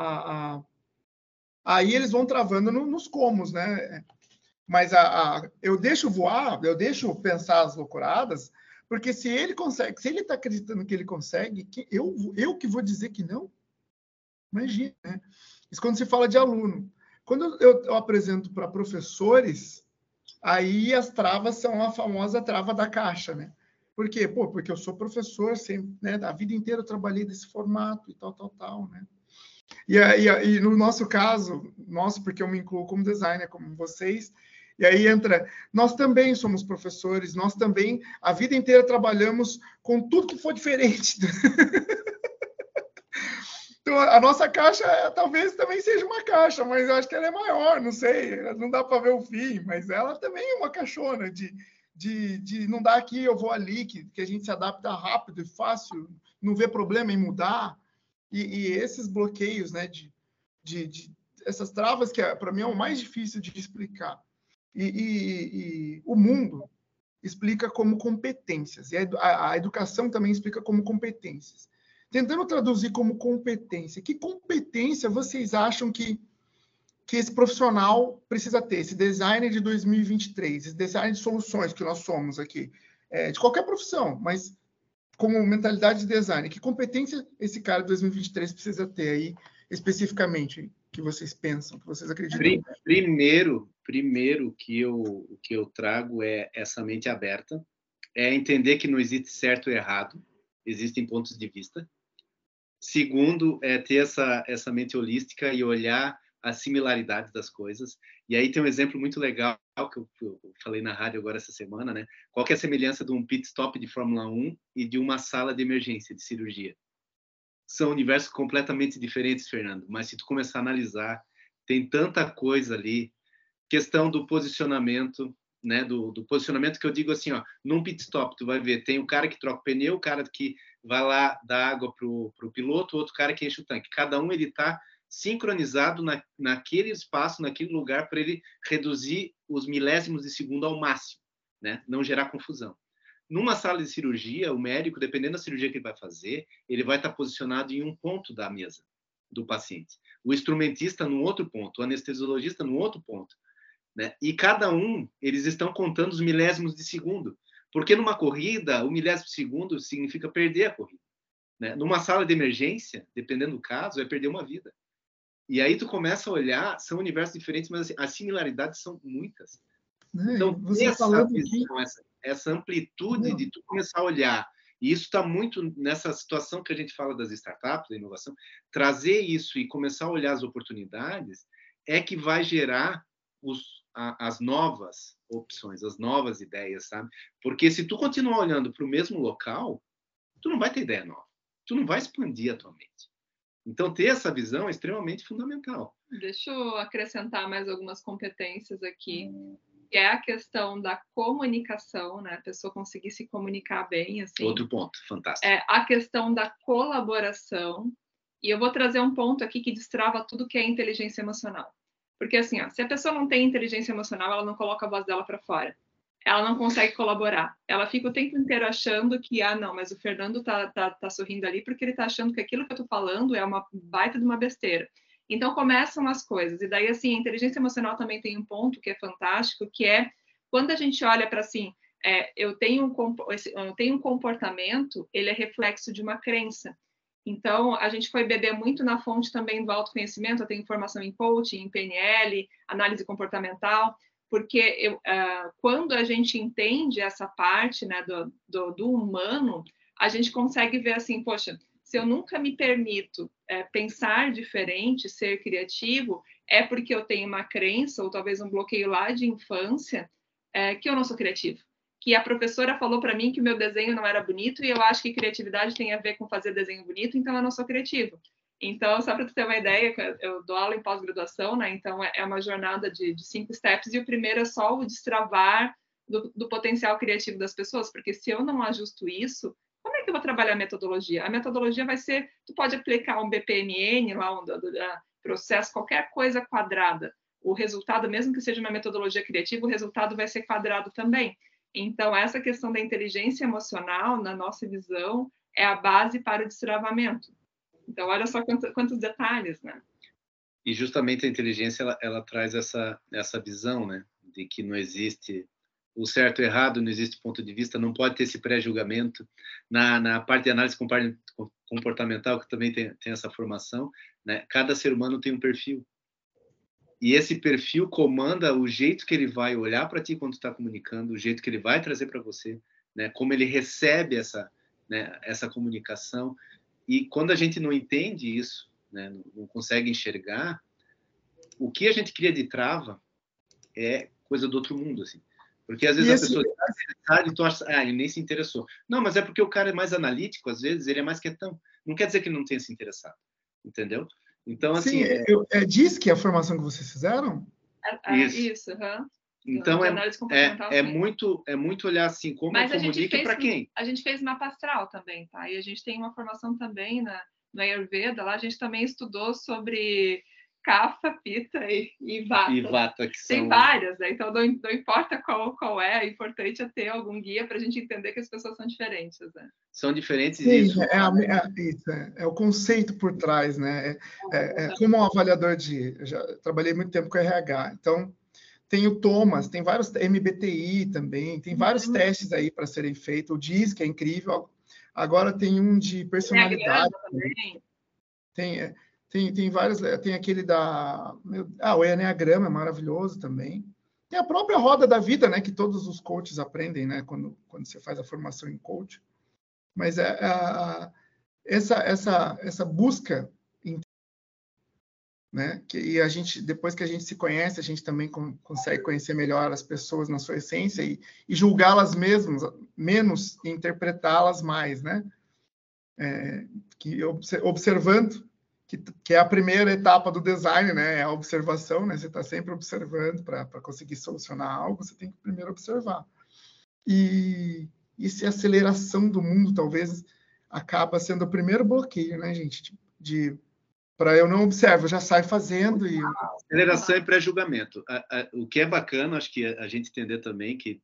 Speaker 1: aí eles vão travando nos comos, né? Mas eu deixo voar, eu deixo pensar as loucuradas, porque se ele consegue, se ele está acreditando que ele consegue, eu que vou dizer que não? Imagina, né? Isso quando se fala de aluno. Quando eu apresento para professores, aí as travas são a famosa trava da caixa, né? Por quê? Porque eu sou professor, sempre, né? A vida inteira eu trabalhei desse formato e tal, né? E no nosso caso, porque eu me incluo como designer, como vocês, e aí entra, nós também somos professores, nós também, a vida inteira trabalhamos com tudo que for diferente. Então, a nossa caixa talvez também seja uma caixa, mas eu acho que ela é maior, não sei, não dá para ver o fim, mas ela também é uma caixona de não dá aqui, eu vou ali, que a gente se adapta rápido e fácil, não vê problema em mudar. E esses bloqueios, né, essas travas que para mim é o mais difícil de explicar. E o mundo explica como competências, e a educação também explica como competências. Tentando traduzir como competência, que competência vocês acham que que esse profissional precisa ter, esse designer de 2023, esse designer de soluções que nós somos aqui, de qualquer profissão, mas como mentalidade de design, que competência esse cara de 2023 precisa ter aí, especificamente, que vocês pensam, que vocês acreditam?
Speaker 3: Primeiro que eu trago é essa mente aberta, é entender que não existe certo e errado, existem pontos de vista. Segundo, é ter essa mente holística e olhar as similaridades das coisas. E aí tem um exemplo muito legal que eu falei na rádio agora essa semana, né? Qual que é a semelhança de um pit stop de Fórmula 1 e de uma sala de emergência, de cirurgia? São universos completamente diferentes, Fernando, mas se tu começar a analisar, tem tanta coisa ali. Questão do posicionamento, né? Do posicionamento que eu digo assim, ó, num pit stop, tu vai ver, tem o cara que troca o pneu, o cara que vai lá dar água pro piloto, outro cara que enche o tanque. Cada um, ele tá sincronizado naquele espaço, naquele lugar, para ele reduzir os milésimos de segundo ao máximo, né? Não gerar confusão. Numa sala de cirurgia, o médico, dependendo da cirurgia que ele vai fazer, ele vai estar posicionado em um ponto da mesa do paciente. O instrumentista num outro ponto, o anestesiologista num outro ponto, né? E cada um, eles estão contando os milésimos de segundo, porque numa corrida, o milésimo de segundo significa perder a corrida, né? Numa sala de emergência, dependendo do caso, é perder uma vida. E aí tu começa a olhar, são universos diferentes, mas assim, as similaridades são muitas. Então,
Speaker 1: você falando
Speaker 3: visão, essa amplitude de tu começar a olhar, e isso está muito nessa situação que a gente fala das startups, da inovação, trazer isso e começar a olhar as oportunidades é que vai gerar as novas opções, as novas ideias, sabe? Porque se tu continuar olhando para o mesmo local, tu não vai ter ideia nova, tu não vai expandir a tua mente. Então, ter essa visão é extremamente fundamental.
Speaker 2: Deixa eu acrescentar mais algumas competências aqui, que é a questão da comunicação, né? A pessoa conseguir se comunicar bem, assim.
Speaker 3: Outro ponto, fantástico.
Speaker 2: A questão da colaboração. E eu vou trazer um ponto aqui que destrava tudo que é inteligência emocional. Porque, assim, ó, se a pessoa não tem inteligência emocional, ela não coloca a voz dela para fora. Ela não consegue colaborar. Ela fica o tempo inteiro achando que, não, mas o Fernando tá sorrindo ali porque ele tá achando que aquilo que eu tô falando é uma baita de uma besteira. Então, começam as coisas. E daí, assim, a inteligência emocional também tem um ponto que é fantástico, que é quando a gente olha para, assim, eu tenho um comportamento, ele é reflexo de uma crença. Então, a gente foi beber muito na fonte também do autoconhecimento. Eu tenho formação em coaching, em PNL, análise comportamental, porque quando a gente entende essa parte, né, do humano, a gente consegue ver assim, poxa, se eu nunca me permito pensar diferente, ser criativo, é porque eu tenho uma crença ou talvez um bloqueio lá de infância que eu não sou criativo. Que a professora falou para mim que o meu desenho não era bonito e eu acho que criatividade tem a ver com fazer desenho bonito, então eu não sou criativo. Então, só para tu ter uma ideia, eu dou aula em pós-graduação, né? Então, é uma jornada de 5 steps e o primeiro é só o destravar do potencial criativo das pessoas, porque se eu não ajusto isso, como é que eu vou trabalhar a metodologia? A metodologia vai ser, tu pode aplicar um BPMN, lá processo, qualquer coisa quadrada. O resultado, mesmo que seja uma metodologia criativa, o resultado vai ser quadrado também. Então, essa questão da inteligência emocional, na nossa visão, é a base para o destravamento. Então, olha só quantos detalhes, né?
Speaker 3: E justamente a inteligência, ela traz essa visão, né? De que não existe o certo e o errado, não existe ponto de vista, não pode ter esse pré-julgamento. Na parte de análise comportamental, que também tem essa formação, né? Cada ser humano tem um perfil. E esse perfil comanda o jeito que ele vai olhar para ti quando está comunicando, o jeito que ele vai trazer para você, né? Como ele recebe essa comunicação. E quando a gente não entende isso, né, não consegue enxergar, o que a gente cria de trava é coisa do outro mundo, assim. Porque às vezes a pessoa está interessada e tu acha, ele nem se interessou. Não, mas é porque o cara é mais analítico, às vezes, ele é mais quietão. Não quer dizer que ele não tenha se interessado, entendeu? Então, assim...
Speaker 1: Sim, diz que é a formação que vocês fizeram?
Speaker 2: Isso.
Speaker 3: Então, é muito olhar assim, como eu comunico e para quem.
Speaker 2: A gente fez mapa astral também, tá? E a gente tem uma formação também no Ayurveda, lá a gente também estudou sobre Cafa, Pita e Vata.
Speaker 3: E Vata, que são...
Speaker 2: Tem várias, né? Então não importa qual é, o importante é ter algum guia para a gente entender que as pessoas são diferentes, né?
Speaker 3: São diferentes.
Speaker 1: Sim,
Speaker 3: isso.
Speaker 1: É o conceito por trás, né? Como um avaliador eu já trabalhei muito tempo com RH, então tem o Thomas, tem vários MBTI também, tem vários testes aí para serem feitos. O DISC, que é incrível. Agora tem um de personalidade também. Tem vários, tem aquele o Enneagrama é maravilhoso também. Tem a própria roda da vida, né, que todos os coaches aprendem, né, quando você faz a formação em coach. Mas essa busca, né, e a gente, depois que a gente se conhece, a gente também consegue conhecer melhor as pessoas na sua essência e julgá-las menos e interpretá-las mais, né? Observando, que é a primeira etapa do design, né? É a observação, né? Você está sempre observando para conseguir solucionar algo, você tem que primeiro observar. E essa aceleração do mundo, talvez, acaba sendo o primeiro bloqueio, né, gente? Para eu não observo, eu já saio fazendo e...
Speaker 3: Aceleração e pré-julgamento. O que é bacana, acho que a gente entender também que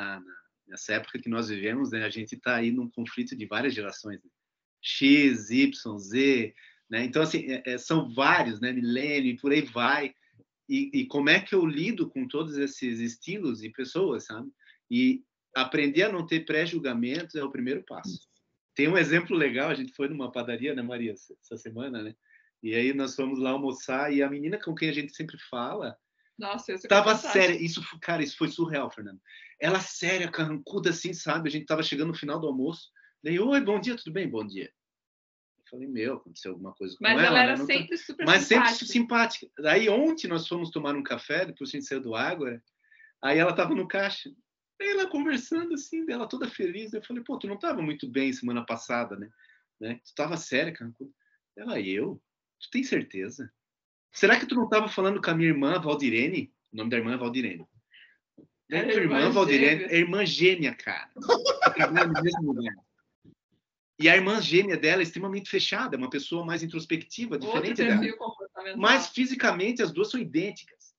Speaker 3: nessa época que nós vivemos, né, a gente está aí num conflito de várias gerações, né? X, Y, Z, né? Então, assim, são vários, né? Milênio e por aí vai. E como é que eu lido com todos esses estilos e pessoas, sabe? E aprender a não ter pré-julgamentos é o primeiro passo. Tem um exemplo legal, a gente foi numa padaria, né, Maria, essa semana, né? E aí nós fomos lá almoçar e a menina com quem a gente sempre fala estava séria. Isso foi surreal, Fernando. Ela séria, carrancuda, assim, sabe? A gente estava chegando no final do almoço. Daí, oi, bom dia, tudo bem? Bom dia. Eu falei, aconteceu alguma coisa com ela.
Speaker 2: Mas ela era
Speaker 3: né?
Speaker 2: sempre super
Speaker 3: Mas
Speaker 2: simpática.
Speaker 3: sempre simpática. Daí ontem nós fomos tomar um café, depois a gente saiu do Ágora, aí ela estava no caixa. Aí ela conversando assim, dela toda feliz. Eu falei, pô, tu não estava muito bem semana passada, né? Tu estava séria, carrancuda. Ela, Tu tem certeza? Será que tu não estava falando com a minha irmã, Valdirene? O nome da irmã é Valdirene. Daí tua irmã, Valdirene, é irmã gêmea, cara. Trabalha no mesmo lugar. E a irmã gêmea dela é extremamente fechada, é uma pessoa mais introspectiva, diferente dela. Mas fisicamente as duas são idênticas.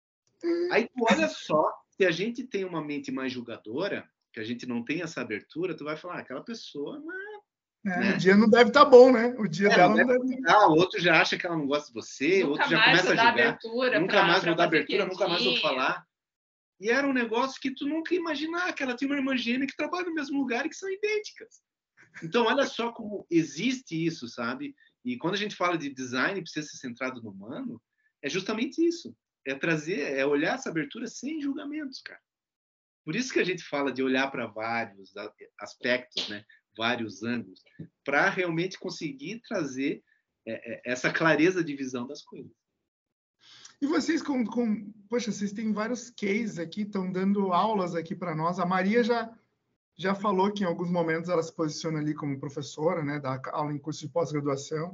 Speaker 3: Aí tu olha só, se a gente tem uma mente mais julgadora, que a gente não tem essa abertura, tu vai falar, aquela pessoa...
Speaker 1: né? O dia não deve estar bom, né? O dia dela não deve
Speaker 3: estar. O outro já acha que ela não gosta de você, o outro já começa a julgar. Nunca mais vou dar abertura, nunca mais vou falar. E era um negócio que tu nunca ia imaginar, que ela tinha uma irmã gêmea que trabalha no mesmo lugar e que são idênticas. Então, olha só como existe isso, sabe? E quando a gente fala de design, precisa ser centrado no humano, é justamente isso. É olhar essa abertura sem julgamentos, cara. Por isso que a gente fala de olhar para vários aspectos, né? Vários ângulos, para realmente conseguir trazer essa clareza de visão das coisas.
Speaker 1: E vocês, poxa, vocês têm vários cases aqui, estão dando aulas aqui para nós. A Maria já falou que em alguns momentos ela se posiciona ali como professora, né, dá aula em curso de pós-graduação.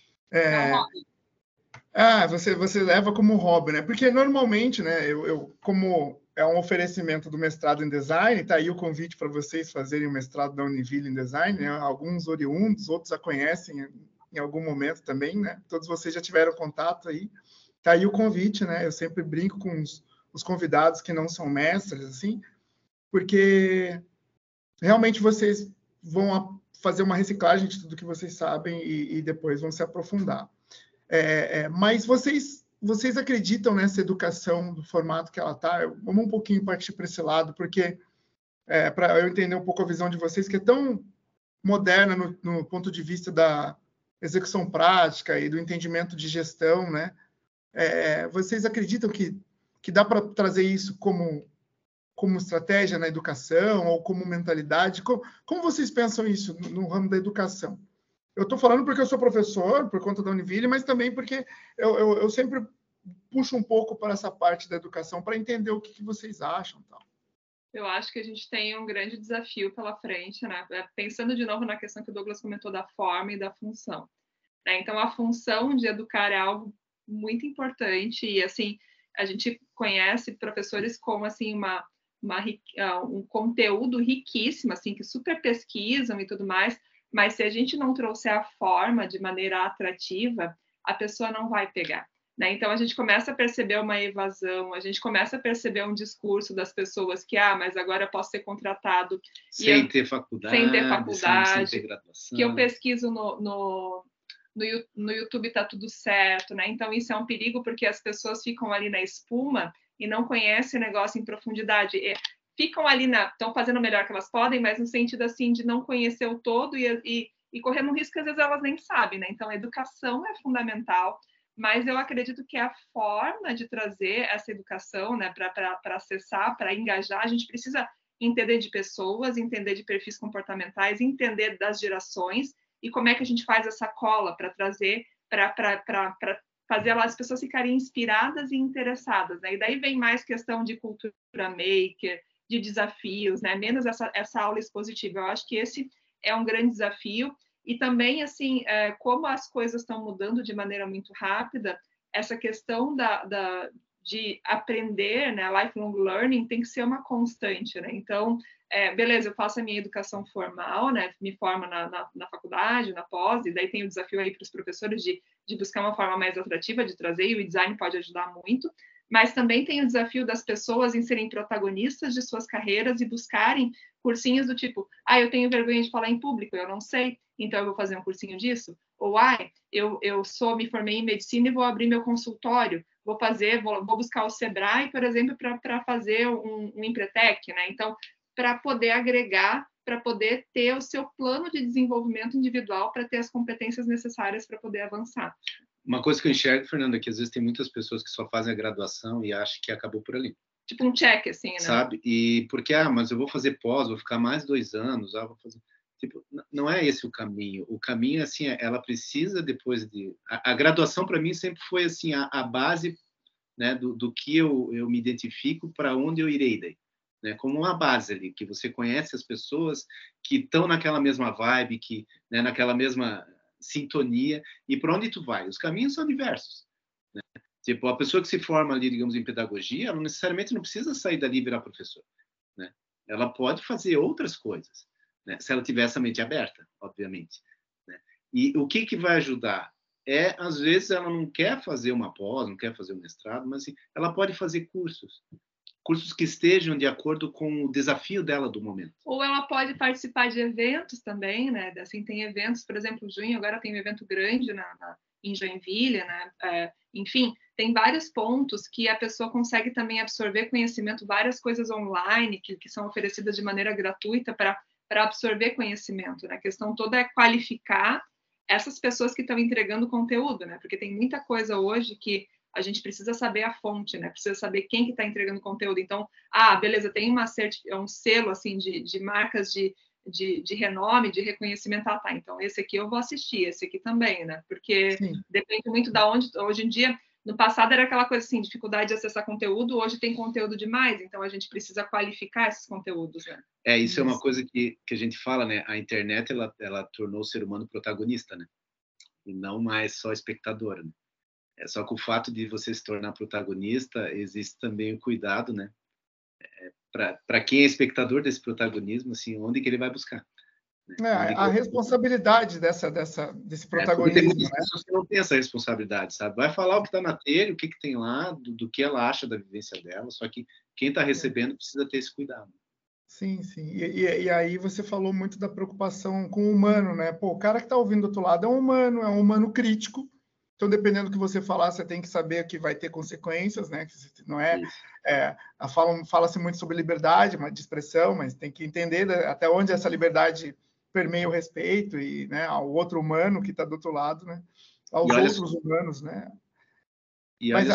Speaker 1: Você leva como hobby, né? Porque normalmente, né, eu como é um oferecimento do mestrado em design, tá aí o convite para vocês fazerem o mestrado da Univille em design, né? Alguns oriundos, outros a conhecem em algum momento também, né? Todos vocês já tiveram contato aí. Tá aí o convite, né? Eu sempre brinco com os convidados que não são mestres, assim, porque realmente vocês vão fazer uma reciclagem de tudo que vocês sabem e depois vão se aprofundar. Mas vocês acreditam nessa educação do formato que ela está? Vamos um pouquinho partir para esse lado, porque para eu entender um pouco a visão de vocês, que é tão moderna no ponto de vista da execução prática e do entendimento de gestão, né? Vocês acreditam que dá para trazer isso como estratégia na educação ou como mentalidade? Como vocês pensam isso no ramo da educação? Eu estou falando porque eu sou professor, por conta da Univille, mas também porque eu sempre puxo um pouco para essa parte da educação, para entender o que vocês acham. Tal.
Speaker 2: Eu acho que a gente tem um grande desafio pela frente, né? Pensando de novo na questão que o Douglas comentou da forma e da função. Né? Então, a função de educar é algo muito importante e, assim, a gente conhece professores com, assim, um conteúdo riquíssimo, assim, que super pesquisam e tudo mais, mas se a gente não trouxer a forma de maneira atrativa, a pessoa não vai pegar. né? Então, a gente começa a perceber uma evasão, a gente começa a perceber um discurso das pessoas que, mas agora eu posso ser contratado
Speaker 3: sem ter
Speaker 2: sem ter
Speaker 3: faculdade, sem ter
Speaker 2: faculdade,
Speaker 3: graduação.
Speaker 2: que eu pesquiso no YouTube está tudo certo, né? Então, isso é um perigo, porque as pessoas ficam ali na espuma e não conhecem o negócio em profundidade. Ficam ali, estão fazendo o melhor que elas podem, mas no sentido, assim, de não conhecer o todo e correndo um risco que, às vezes, elas nem sabem, né? Então, a educação é fundamental, mas eu acredito que a forma de trazer essa educação, né, para acessar, para engajar, a gente precisa entender de pessoas, entender de perfis comportamentais, entender das gerações, e como é que a gente faz essa cola para trazer, para fazer as pessoas ficarem inspiradas e interessadas, né? E daí vem mais questão de cultura maker, de desafios, né? Menos essa aula expositiva. Eu acho que esse é um grande desafio. E também, assim, como as coisas estão mudando de maneira muito rápida, essa questão de aprender, né? Lifelong learning tem que ser uma constante, né? Então, beleza, eu faço a minha educação formal, né? Me formo na faculdade, na pós, e daí tem o desafio aí para os professores de buscar uma forma mais atrativa de trazer, e o design pode ajudar muito, mas também tem o desafio das pessoas em serem protagonistas de suas carreiras e buscarem cursinhos do tipo, eu tenho vergonha de falar em público, eu não sei, então eu vou fazer um cursinho disso, ou eu me formei em medicina e vou abrir meu consultório, vou buscar o Sebrae, por exemplo, para fazer um Empretec, né? Então, para poder agregar, para poder ter o seu plano de desenvolvimento individual, para ter as competências necessárias para poder avançar.
Speaker 3: Uma coisa que eu enxergo, Fernanda, é que às vezes tem muitas pessoas que só fazem a graduação e acham que acabou por ali.
Speaker 2: Tipo um check, assim, né?
Speaker 3: Sabe? E porque, mas eu vou fazer pós, vou ficar mais 2 anos, vou fazer... Tipo, não é esse o caminho. O caminho, assim, ela precisa depois de... A graduação, para mim, sempre foi, assim, a base, né, do que eu me identifico, para onde eu irei daí. Né? Como uma base ali, que você conhece as pessoas que estão naquela mesma vibe, né, naquela mesma sintonia, e para onde tu vai. Os caminhos são diversos. Né? Tipo, a pessoa que se forma ali, digamos, em pedagogia, ela não necessariamente não precisa sair dali e virar professor. Né? Ela pode fazer outras coisas, né? Se ela tiver essa mente aberta, obviamente. Né? E o que vai ajudar? Às vezes, ela não quer fazer uma pós, não quer fazer um mestrado, mas assim, ela pode fazer cursos que estejam de acordo com o desafio dela do momento.
Speaker 2: Ou ela pode participar de eventos também, né? Assim, tem eventos, por exemplo, junho, agora tem um evento grande em Joinville, né? Enfim, tem vários pontos que a pessoa consegue também absorver conhecimento, várias coisas online que são oferecidas de maneira gratuita para absorver conhecimento, né? A questão toda é qualificar essas pessoas que estão entregando conteúdo, né? Porque tem muita coisa hoje que a gente precisa saber a fonte, né? Precisa saber quem que está entregando conteúdo. Então, beleza, tem um selo assim de marcas de renome, de reconhecimento. Tá, então esse aqui eu vou assistir, esse aqui também, né? Porque Sim. Depende muito da onde. Hoje em dia, no passado era aquela coisa assim, dificuldade de acessar conteúdo, hoje tem conteúdo demais, então a gente precisa qualificar esses conteúdos, né?
Speaker 3: Isso é uma coisa que a gente fala, né? A internet, ela tornou o ser humano protagonista, né? E não mais só espectador, né? Só que o fato de você se tornar protagonista, existe também o cuidado, né? Para quem é espectador desse protagonismo, assim, onde que ele vai buscar? Né?
Speaker 1: A responsabilidade desse protagonismo,
Speaker 3: tem muitas pessoas que não têm essa responsabilidade, sabe? Vai falar o que está na telha, o que tem lá, do que ela acha da vivência dela, só que quem está recebendo precisa ter esse cuidado.
Speaker 1: Sim, sim. E aí você falou muito da preocupação com o humano, né? Pô, o cara que está ouvindo do outro lado é um humano crítico. Então, dependendo do que você falar, você tem que saber que vai ter consequências, né? Que não fala-se muito sobre liberdade de expressão, mas tem que entender até onde essa liberdade permeia o respeito e, né, ao outro humano que está do outro lado, né? Aos outros humanos, né?
Speaker 3: E olha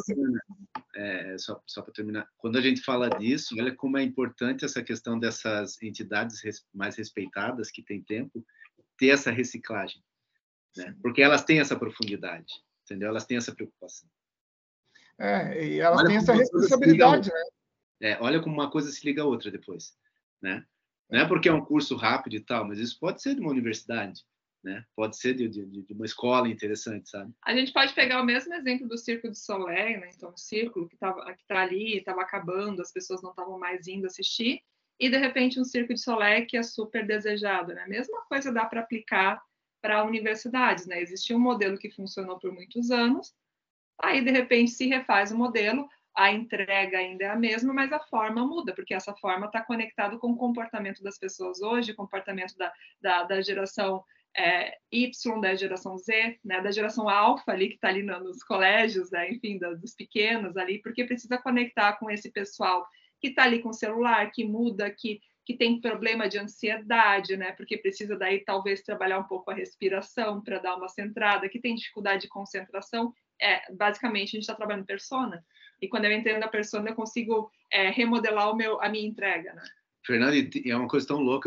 Speaker 3: só para terminar, quando a gente fala disso, olha como é importante essa questão dessas entidades mais respeitadas, que tem tempo, ter essa reciclagem, né? Porque elas têm essa profundidade, entendeu? Elas têm essa preocupação.
Speaker 1: E elas têm essa responsabilidade,
Speaker 3: né? Olha como uma coisa se liga a outra depois, né? Não é porque é um curso rápido e tal, mas isso pode ser de uma universidade, né? Pode ser de uma escola interessante, sabe?
Speaker 2: A gente pode pegar o mesmo exemplo do Circo du Soleil, né? Então, o círculo que tá ali, estava acabando, as pessoas não estavam mais indo assistir, e de repente um Circo du Soleil que é super desejado, né? A mesma coisa dá para aplicar para universidades, né? Existia um modelo que funcionou por muitos anos, Aí, de repente, se refaz o modelo, a entrega ainda é a mesma, mas a forma muda, porque essa forma está conectada com o comportamento das pessoas hoje, comportamento da geração Y, da geração Z, né, da geração alfa ali, que está ali nos colégios, né, enfim, dos pequenos ali, porque precisa conectar com esse pessoal que está ali com o celular, que muda, que tem problema de ansiedade, né, porque precisa daí talvez trabalhar um pouco a respiração para dar uma centrada, que tem dificuldade de concentração. Basicamente, a gente está trabalhando persona, e quando eu entendo a persona, eu consigo remodelar a minha entrega, né?
Speaker 3: Fernando, é uma coisa tão louca,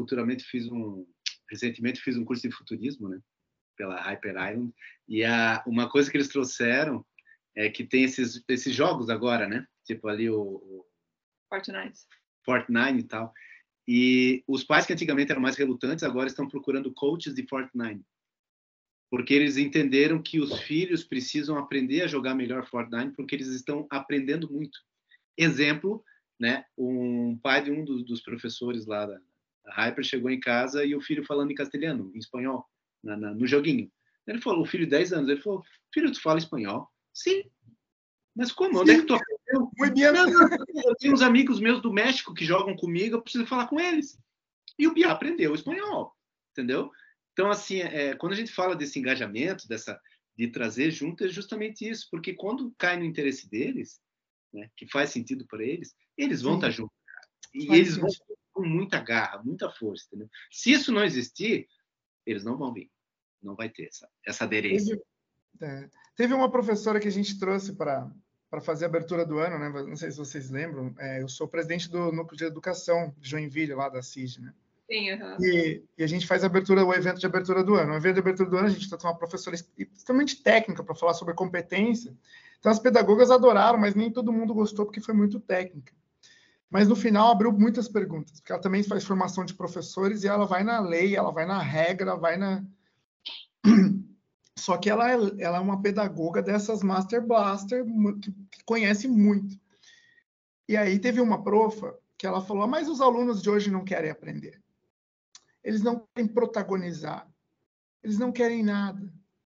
Speaker 3: eu recentemente fiz um curso de futurismo, né, pela Hyper Island, e uma coisa que eles trouxeram é que tem esses jogos agora, né, tipo ali o Fortnite e tal, e os pais que antigamente eram mais relutantes, agora estão procurando coaches de Fortnite, porque eles entenderam que os filhos precisam aprender a jogar melhor Fortnite, porque eles estão aprendendo muito. Exemplo, né, um pai de um dos professores lá da Hyper chegou em casa e o filho falando em castelhano, em espanhol, no joguinho. Ele falou, o filho de 10 anos, ele falou, filho, tu fala espanhol? Sim. Mas como? Sim. Onde é que tu aprendeu?
Speaker 1: Muito bem.
Speaker 3: Eu tenho uns amigos meus do México que jogam comigo, eu preciso falar com eles. E o Bia aprendeu espanhol, entendeu? Então, assim, quando a gente fala desse engajamento, de trazer junto, é justamente isso, porque quando cai no interesse deles, né, que faz sentido para eles, eles vão estar juntos. E eles vão com muita garra, muita força, entendeu? Se isso não existir, eles não vão vir. Não vai ter essa aderência.
Speaker 1: Teve uma professora que a gente trouxe para fazer a abertura do ano, né? Não sei se vocês lembram, eu sou presidente do Núcleo de Educação de Joinville, lá da CIG, né?
Speaker 2: Sim, uhum.
Speaker 1: E a gente faz o evento de abertura do ano. O evento de abertura do ano, a gente trouxe uma professora extremamente técnica para falar sobre competência. Então, as pedagogas adoraram, mas nem todo mundo gostou, porque foi muito técnica. Mas, no final, abriu muitas perguntas, porque ela também faz formação de professores e ela vai na lei, ela vai na regra, vai na... Só que ela é uma pedagoga dessas Master Blaster, que conhece muito. E aí teve uma profa que ela falou, mas os alunos de hoje não querem aprender. Eles não querem protagonizar. Eles não querem nada.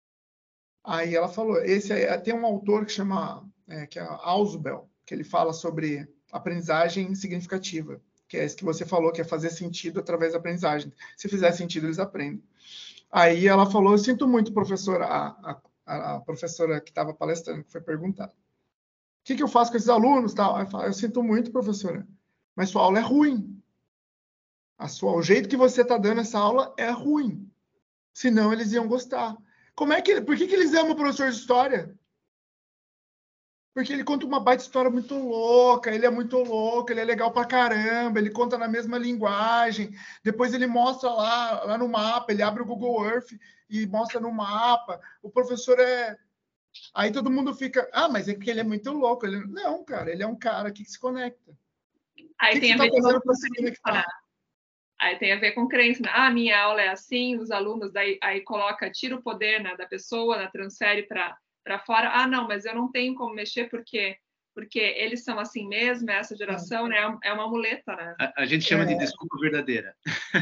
Speaker 1: Aí ela falou, tem um autor que chama que é Ausubel, que ele fala sobre aprendizagem significativa, que é isso que você falou, que é fazer sentido através da aprendizagem. Se fizer sentido, eles aprendem. Aí ela falou, eu sinto muito, professora, a professora que estava palestrando, que foi perguntada. O que eu faço com esses alunos? Tal? Aí fala, eu sinto muito, professora, mas sua aula é ruim. O jeito que você está dando essa aula é ruim. Senão eles iam gostar. Por que eles amam o professor de história? Porque ele conta uma baita história muito louca, ele é muito louco, ele é legal pra caramba, ele conta na mesma linguagem, depois ele mostra lá no mapa, ele abre o Google Earth e mostra no mapa, o professor Aí todo mundo fica, mas é que ele é muito louco. Não, cara, ele é um cara que se conecta.
Speaker 2: Aí tem a ver com se conectar. Aí tem a ver com crença, né? Minha aula é assim, os alunos, aí tira o poder, né, da pessoa, né, transfere para fora. Não, mas eu não tenho como mexer porque eles são assim mesmo, essa geração, né, é uma muleta, né?
Speaker 3: A gente chama de desculpa verdadeira.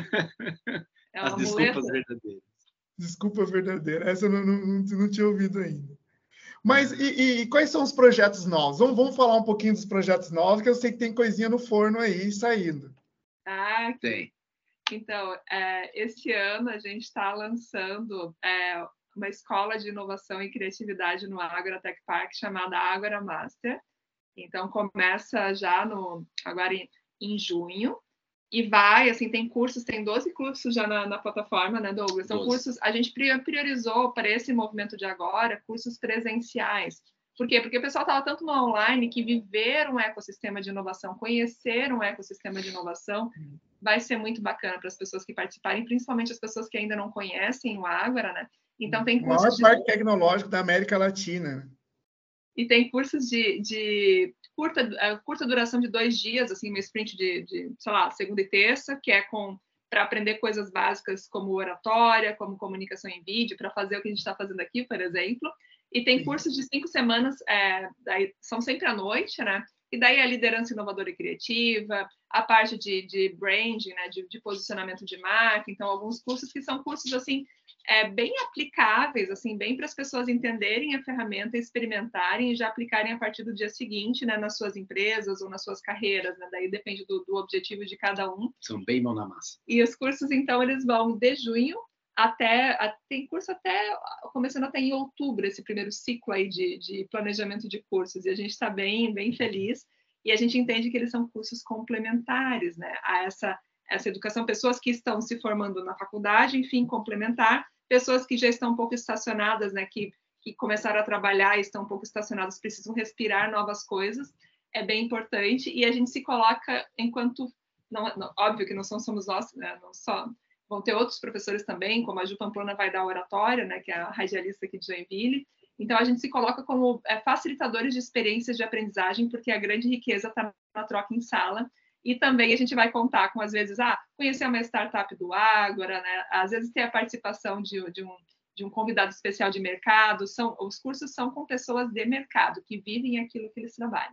Speaker 3: As desculpas verdadeiras.
Speaker 1: Desculpa verdadeira. Essa eu não tinha ouvido ainda. Mas e quais são os projetos novos? Vamos falar um pouquinho dos projetos novos, que eu sei que tem coisinha no forno aí saindo.
Speaker 3: Tem.
Speaker 2: Então, esse ano a gente está lançando uma escola de inovação e criatividade no Ágora Tech Park chamada Ágora Master. Então, começa já agora em junho e vai, assim, tem 12 cursos já na plataforma, né, Douglas? São cursos, a gente priorizou para esse movimento de agora, cursos presenciais. Por quê? Porque o pessoal estava tanto no online que viver um ecossistema de inovação, conhecer um ecossistema de inovação, vai ser muito bacana para as pessoas que participarem, principalmente as pessoas que ainda não conhecem o Ágora, né? Então tem cursos
Speaker 1: o maior parque tecnológico da América Latina.
Speaker 2: E tem cursos de curta duração de 2 dias, assim, uma sprint de sei lá, segunda e terça, que é para aprender coisas básicas como oratória, como comunicação em vídeo, para fazer o que a gente está fazendo aqui, por exemplo. E tem cursos de 5 semanas, são sempre à noite, né? E daí a liderança inovadora e criativa, a parte de branding, né, de posicionamento de marca. Então, alguns cursos que são cursos assim bem aplicáveis, assim, bem para as pessoas entenderem a ferramenta, experimentarem e já aplicarem a partir do dia seguinte, né, nas suas empresas ou nas suas carreiras, né? Daí depende do objetivo de cada um.
Speaker 3: São bem mão na massa.
Speaker 2: E os cursos, então, eles vão de junho tem curso começando até em outubro, esse primeiro ciclo aí de planejamento de cursos, e a gente está bem, bem feliz, e a gente entende que eles são cursos complementares, né, a essa educação, pessoas que estão se formando na faculdade, enfim, complementar, pessoas que já estão um pouco estacionadas, né, que começaram a trabalhar e estão um pouco estacionadas, precisam respirar novas coisas, é bem importante, e a gente se coloca enquanto, óbvio que não somos nós, né, não só, vão ter outros professores também, como a Ju Pamplona vai dar oratória, né, que é a radialista aqui de Joinville, então a gente se coloca como facilitadores de experiências de aprendizagem, porque a grande riqueza está na troca em sala. E também a gente vai contar com, às vezes, conhecer uma startup do Ágora, né? Às vezes ter a participação de um convidado especial de mercado. Os cursos são com pessoas de mercado, que vivem aquilo que eles trabalham.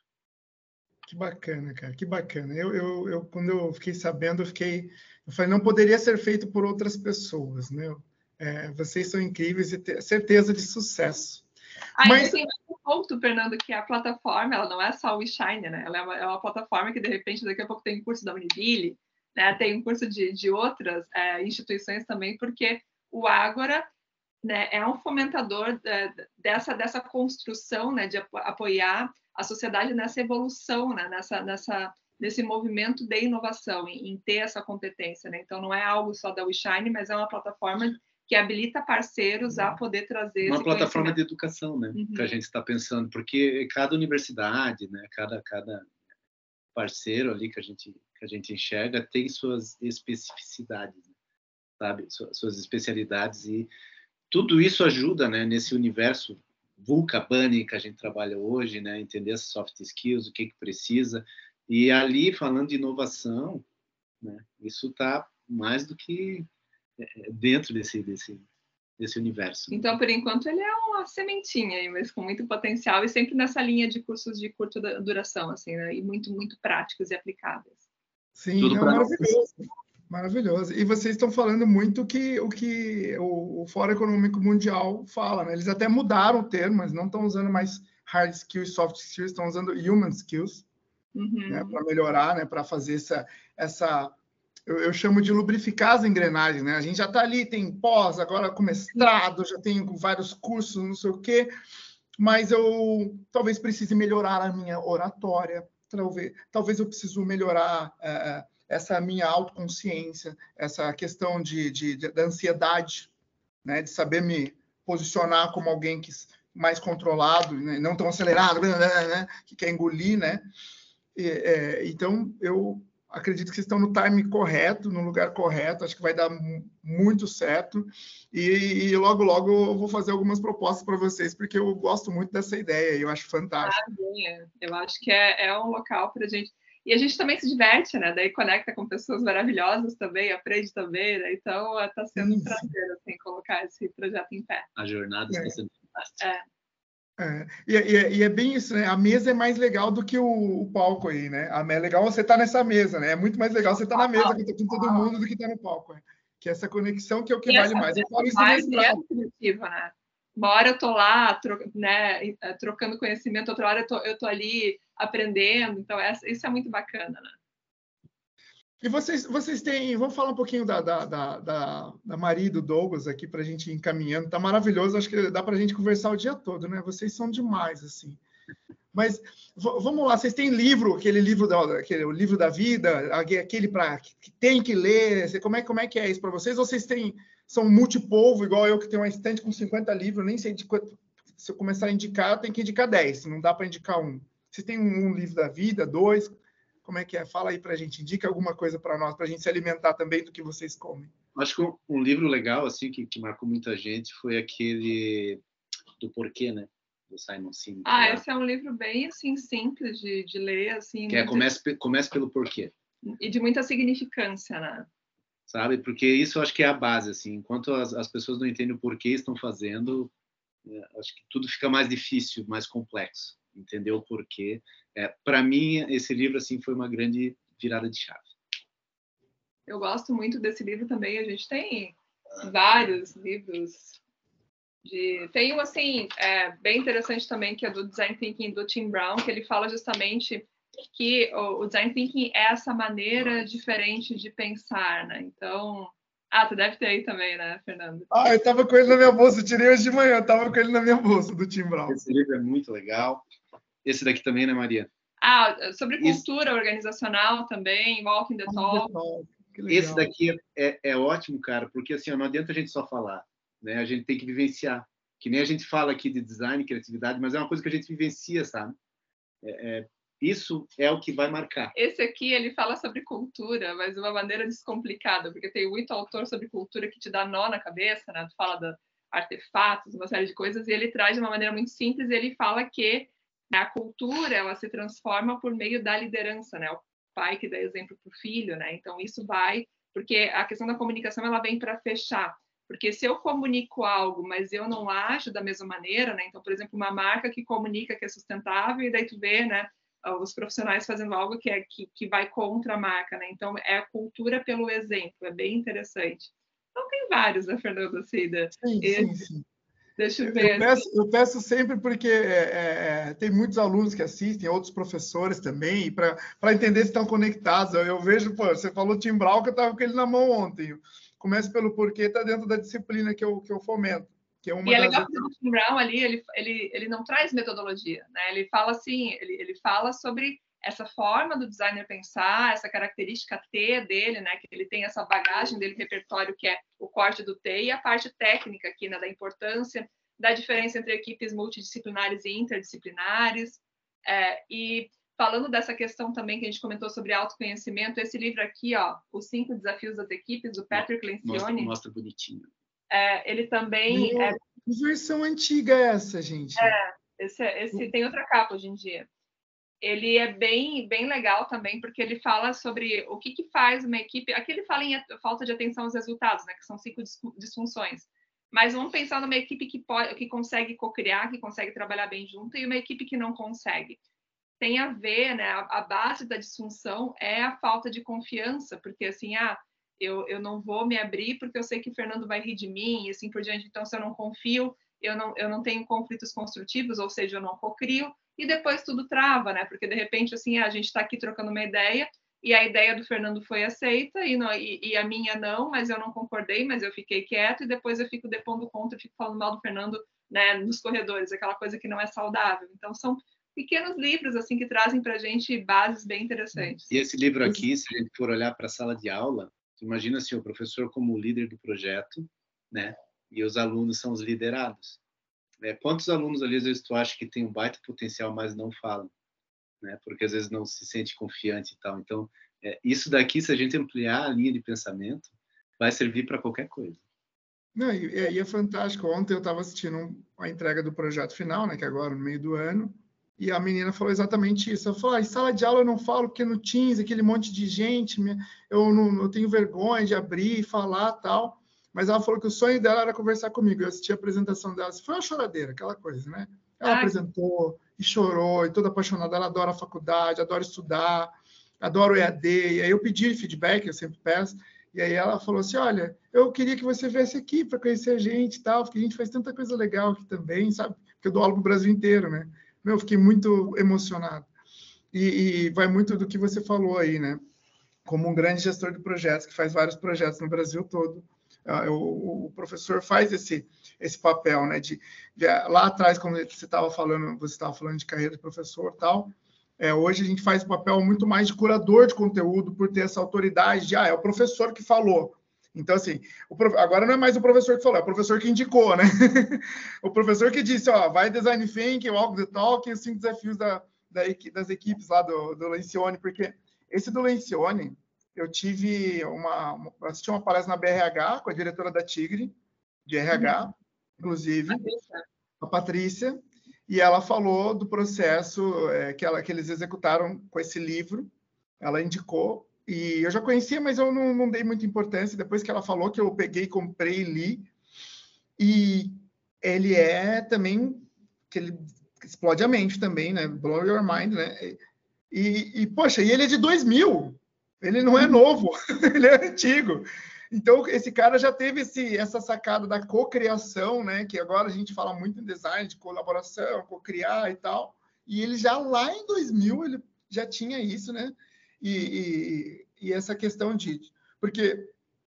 Speaker 1: Que bacana, cara, que bacana. Quando eu fiquei sabendo, eu falei, não poderia ser feito por outras pessoas, né? Vocês são incríveis e tenho certeza de sucesso.
Speaker 2: Mas tem um ponto, Fernando, que a plataforma, ela não é só o WeShine, né? Ela é uma plataforma que, de repente, daqui a pouco tem um curso da Univille, né? Tem um curso de outras instituições também, porque o Ágora, né, é um fomentador dessa construção, né, de apoiar a sociedade nessa evolução, né, nesse movimento de inovação, em ter essa competência, né? Então, não é algo só da WeShine, mas é uma plataforma que habilita parceiros a poder trazer
Speaker 3: uma plataforma de educação, né? Que a gente está pensando, porque cada universidade, né? Cada parceiro ali que a gente enxerga tem suas especificidades, né? Sabe? Suas especialidades, e tudo isso ajuda, né? Nesse universo VUCA, BANI que a gente trabalha hoje, né? Entender as soft skills, o que precisa, e ali falando de inovação, né? Isso está mais do que dentro desse universo.
Speaker 2: Então, por enquanto, ele é uma sementinha aí, mas com muito potencial e sempre nessa linha de cursos de curta duração, assim, né? E muito, muito práticos e aplicáveis.
Speaker 1: Sim, maravilhoso. Maravilhoso. E vocês estão falando muito o que o Fórum Econômico Mundial fala, né? Eles até mudaram o termo, mas não estão usando mais hard skills, soft skills, estão usando human skills, né? Para melhorar, né? Para fazer essa eu chamo de lubrificar as engrenagens, né? A gente já está ali, tem pós, agora com mestrado, já tem vários cursos, não sei o quê, mas eu talvez precise melhorar a minha oratória, talvez eu preciso melhorar essa minha autoconsciência, essa questão da ansiedade, né? De saber me posicionar como alguém mais controlado, né? Não tão acelerado, né? Que quer engolir, né? Então, eu acredito que vocês estão no time correto, no lugar correto, acho que vai dar muito certo, e logo, logo eu vou fazer algumas propostas para vocês, porque eu gosto muito dessa ideia, eu acho fantástico.
Speaker 2: Eu acho que é um local para a gente, e a gente também se diverte, né, daí conecta com pessoas maravilhosas também, aprende também, né? Então está sendo um prazer, assim, colocar esse projeto em pé.
Speaker 3: A jornada está sendo fantástica.
Speaker 1: E é bem isso, né? A mesa é mais legal do que o palco aí, né? É legal você estar nessa mesa, né? É muito mais legal você estar na mesa com todo mundo do que estar no palco, né? Que essa conexão que é o que vale mais. Eu falo isso no mestrado.
Speaker 2: Né? Uma hora eu estou lá, né, trocando conhecimento, outra hora eu estou ali aprendendo. Então, isso é muito bacana, né?
Speaker 1: E vocês têm... Vamos falar um pouquinho da Maria e do Douglas aqui para a gente ir encaminhando. Tá maravilhoso, acho que dá para a gente conversar o dia todo, né? Vocês são demais, assim. Mas vamos lá, vocês têm livro, o livro da vida, aquele que tem que ler, como é que é isso para vocês? Ou vocês são multipovo, igual eu, que tenho uma estante com 50 livros, nem sei de quanto, se eu começar a indicar, eu tenho que indicar 10, não dá para indicar um. Vocês têm um livro da vida, 2... Como é que é? Fala aí para a gente, indica alguma coisa para nós, para a gente se alimentar também do que vocês comem.
Speaker 3: Acho que um livro legal, assim, que marcou muita gente, foi aquele do Porquê, né? Do Simon Sinek.
Speaker 2: Esse é um livro bem, assim, simples de ler, assim.
Speaker 3: Que comece pelo porquê.
Speaker 2: E de muita significância, né?
Speaker 3: Sabe? Porque isso eu acho que é a base, assim. Enquanto as pessoas não entendem o porquê estão fazendo, acho que tudo fica mais difícil, mais complexo. entender o porquê. Para mim, esse livro assim foi uma grande virada de chave.
Speaker 2: Eu gosto muito desse livro também. A gente tem vários livros tem um, assim, bem interessante também, que é do Design Thinking do Tim Brown, que ele fala justamente que o Design Thinking é essa maneira diferente de pensar, né? Então... tu deve ter aí também, né, Fernando?
Speaker 1: Eu tava com ele na minha bolsa, eu tirei hoje de manhã, eu tava com ele na minha bolsa, do Tim Brown.
Speaker 3: Esse livro é muito legal. Esse daqui também, né, Maria?
Speaker 2: Sobre cultura organizacional também, Walking the Talk.
Speaker 3: Esse daqui é ótimo, cara, porque assim, não adianta a gente só falar, né? A gente tem que vivenciar. Que nem a gente fala aqui de design, criatividade, mas é uma coisa que a gente vivencia, sabe? Isso é o que vai marcar.
Speaker 2: Esse aqui, ele fala sobre cultura, mas de uma maneira descomplicada, porque tem muito autor sobre cultura que te dá nó na cabeça, né? Tu fala de artefatos, uma série de coisas, e ele traz de uma maneira muito simples, e ele fala que a cultura, ela se transforma por meio da liderança, né? O pai que dá exemplo para o filho, né? Então, isso vai... Porque a questão da comunicação, ela vem para fechar. Porque se eu comunico algo, mas eu não ajo da mesma maneira, né? Então, por exemplo, uma marca que comunica que é sustentável, e daí tu vê, né, os profissionais fazendo algo que vai contra a marca, né? Então, é a cultura pelo exemplo, é bem interessante. Então, tem vários, né, Fernando? Assim,
Speaker 1: Sim.
Speaker 2: Deixa eu ver.
Speaker 1: Eu peço sempre porque tem muitos alunos que assistem, outros professores também, para entender se estão conectados. Eu vejo, você falou Tim Brown, que eu estava com ele na mão ontem. Começa pelo porquê, está dentro da disciplina que eu fomento. Que é uma
Speaker 2: legal que o Tim Brown ali, ele não traz metodologia, né? Ele fala assim, ele fala sobre essa forma do designer pensar, essa característica T dele, né? Que ele tem essa bagagem dele, repertório, que é o corte do T, e a parte técnica aqui, né? Da importância, da diferença entre equipes multidisciplinares e interdisciplinares. E falando dessa questão também que a gente comentou sobre autoconhecimento, esse livro aqui, Os 5 Desafios das Equipes, do Patrick Lencioni.
Speaker 3: Mostra bonitinho.
Speaker 2: Ele também...
Speaker 1: Que versão antiga é essa, gente?
Speaker 2: Esse tem outra capa hoje em dia. Ele é bem legal também, porque ele fala sobre o que faz uma equipe... Aqui ele fala em falta de atenção aos resultados, né, que são 5 disfunções. Mas vamos pensar numa equipe que consegue co-criar, que consegue trabalhar bem junto, e uma equipe que não consegue. Tem a ver, né, a base da disfunção é a falta de confiança, porque assim, eu não vou me abrir porque eu sei que o Fernando vai rir de mim, e assim por diante. Então, se eu não confio, eu não tenho conflitos construtivos, ou seja, eu não cocrio, e depois tudo trava, né? Porque, de repente, assim, a gente está aqui trocando uma ideia, e a ideia do Fernando foi aceita, e a minha não, mas eu não concordei, mas eu fiquei quieto, e depois eu fico depondo contra, eu fico falando mal do Fernando, né, nos corredores, aquela coisa que não é saudável. Então, são pequenos livros assim que trazem para a gente bases bem interessantes.
Speaker 3: E esse livro aqui, se a gente for olhar para a sala de aula, imagina assim, o professor como líder do projeto, né? E os alunos são os liderados. Quantos alunos ali, às vezes, tu acha que tem um baita potencial, mas não falam, né? Porque às vezes não se sente confiante e tal. Então, isso daqui, se a gente ampliar a linha de pensamento, vai servir para qualquer coisa.
Speaker 1: Não, e é fantástico. Ontem eu estava assistindo a entrega do projeto final, né? Que é agora no meio do ano. E a menina falou exatamente isso. Ela falou, em sala de aula eu não falo, porque no Teams, aquele monte de gente, eu tenho vergonha de abrir e falar tal. Mas ela falou que o sonho dela era conversar comigo. Eu assisti a apresentação dela. Foi uma choradeira, aquela coisa, né? Ela apresentou e chorou, e toda apaixonada. Ela adora a faculdade, adora estudar, adora o EAD. E aí eu pedi feedback, eu sempre peço. E aí ela falou assim, olha, eu queria que você viesse aqui para conhecer a gente e tal, porque a gente faz tanta coisa legal aqui também, sabe? Porque eu dou aula para o Brasil inteiro, né? Eu fiquei muito emocionado. E vai muito do que você falou aí, né? Como um grande gestor de projetos, que faz vários projetos no Brasil todo, o professor faz esse papel, né? Lá atrás, quando você estava falando de carreira de professor e tal, hoje a gente faz o papel muito mais de curador de conteúdo, por ter essa autoridade de, é o professor que falou. Então, assim, agora não é mais o professor que falou, é o professor que indicou, né? O professor que disse, vai Design Thinking, Walk the Talk, e os 5 desafios das equipes lá do Lencioni, porque esse do Lencioni, eu tive assisti uma palestra na BRH com a diretora da Tigre, de RH, inclusive, a Patrícia, e ela falou do processo que eles executaram com esse livro, ela indicou, e eu já conhecia, mas eu não dei muita importância. Depois que ela falou, que eu peguei, comprei e li. E ele é também explode a mente também, né? Blow your mind, né? Poxa, e ele é de 2000, ele não é novo, ele é antigo. Então, esse cara já teve essa sacada da cocriação, né? Que agora a gente fala muito em design, de colaboração, cocriar e tal. E ele já lá em 2000, ele já tinha isso, né? E essa questão porque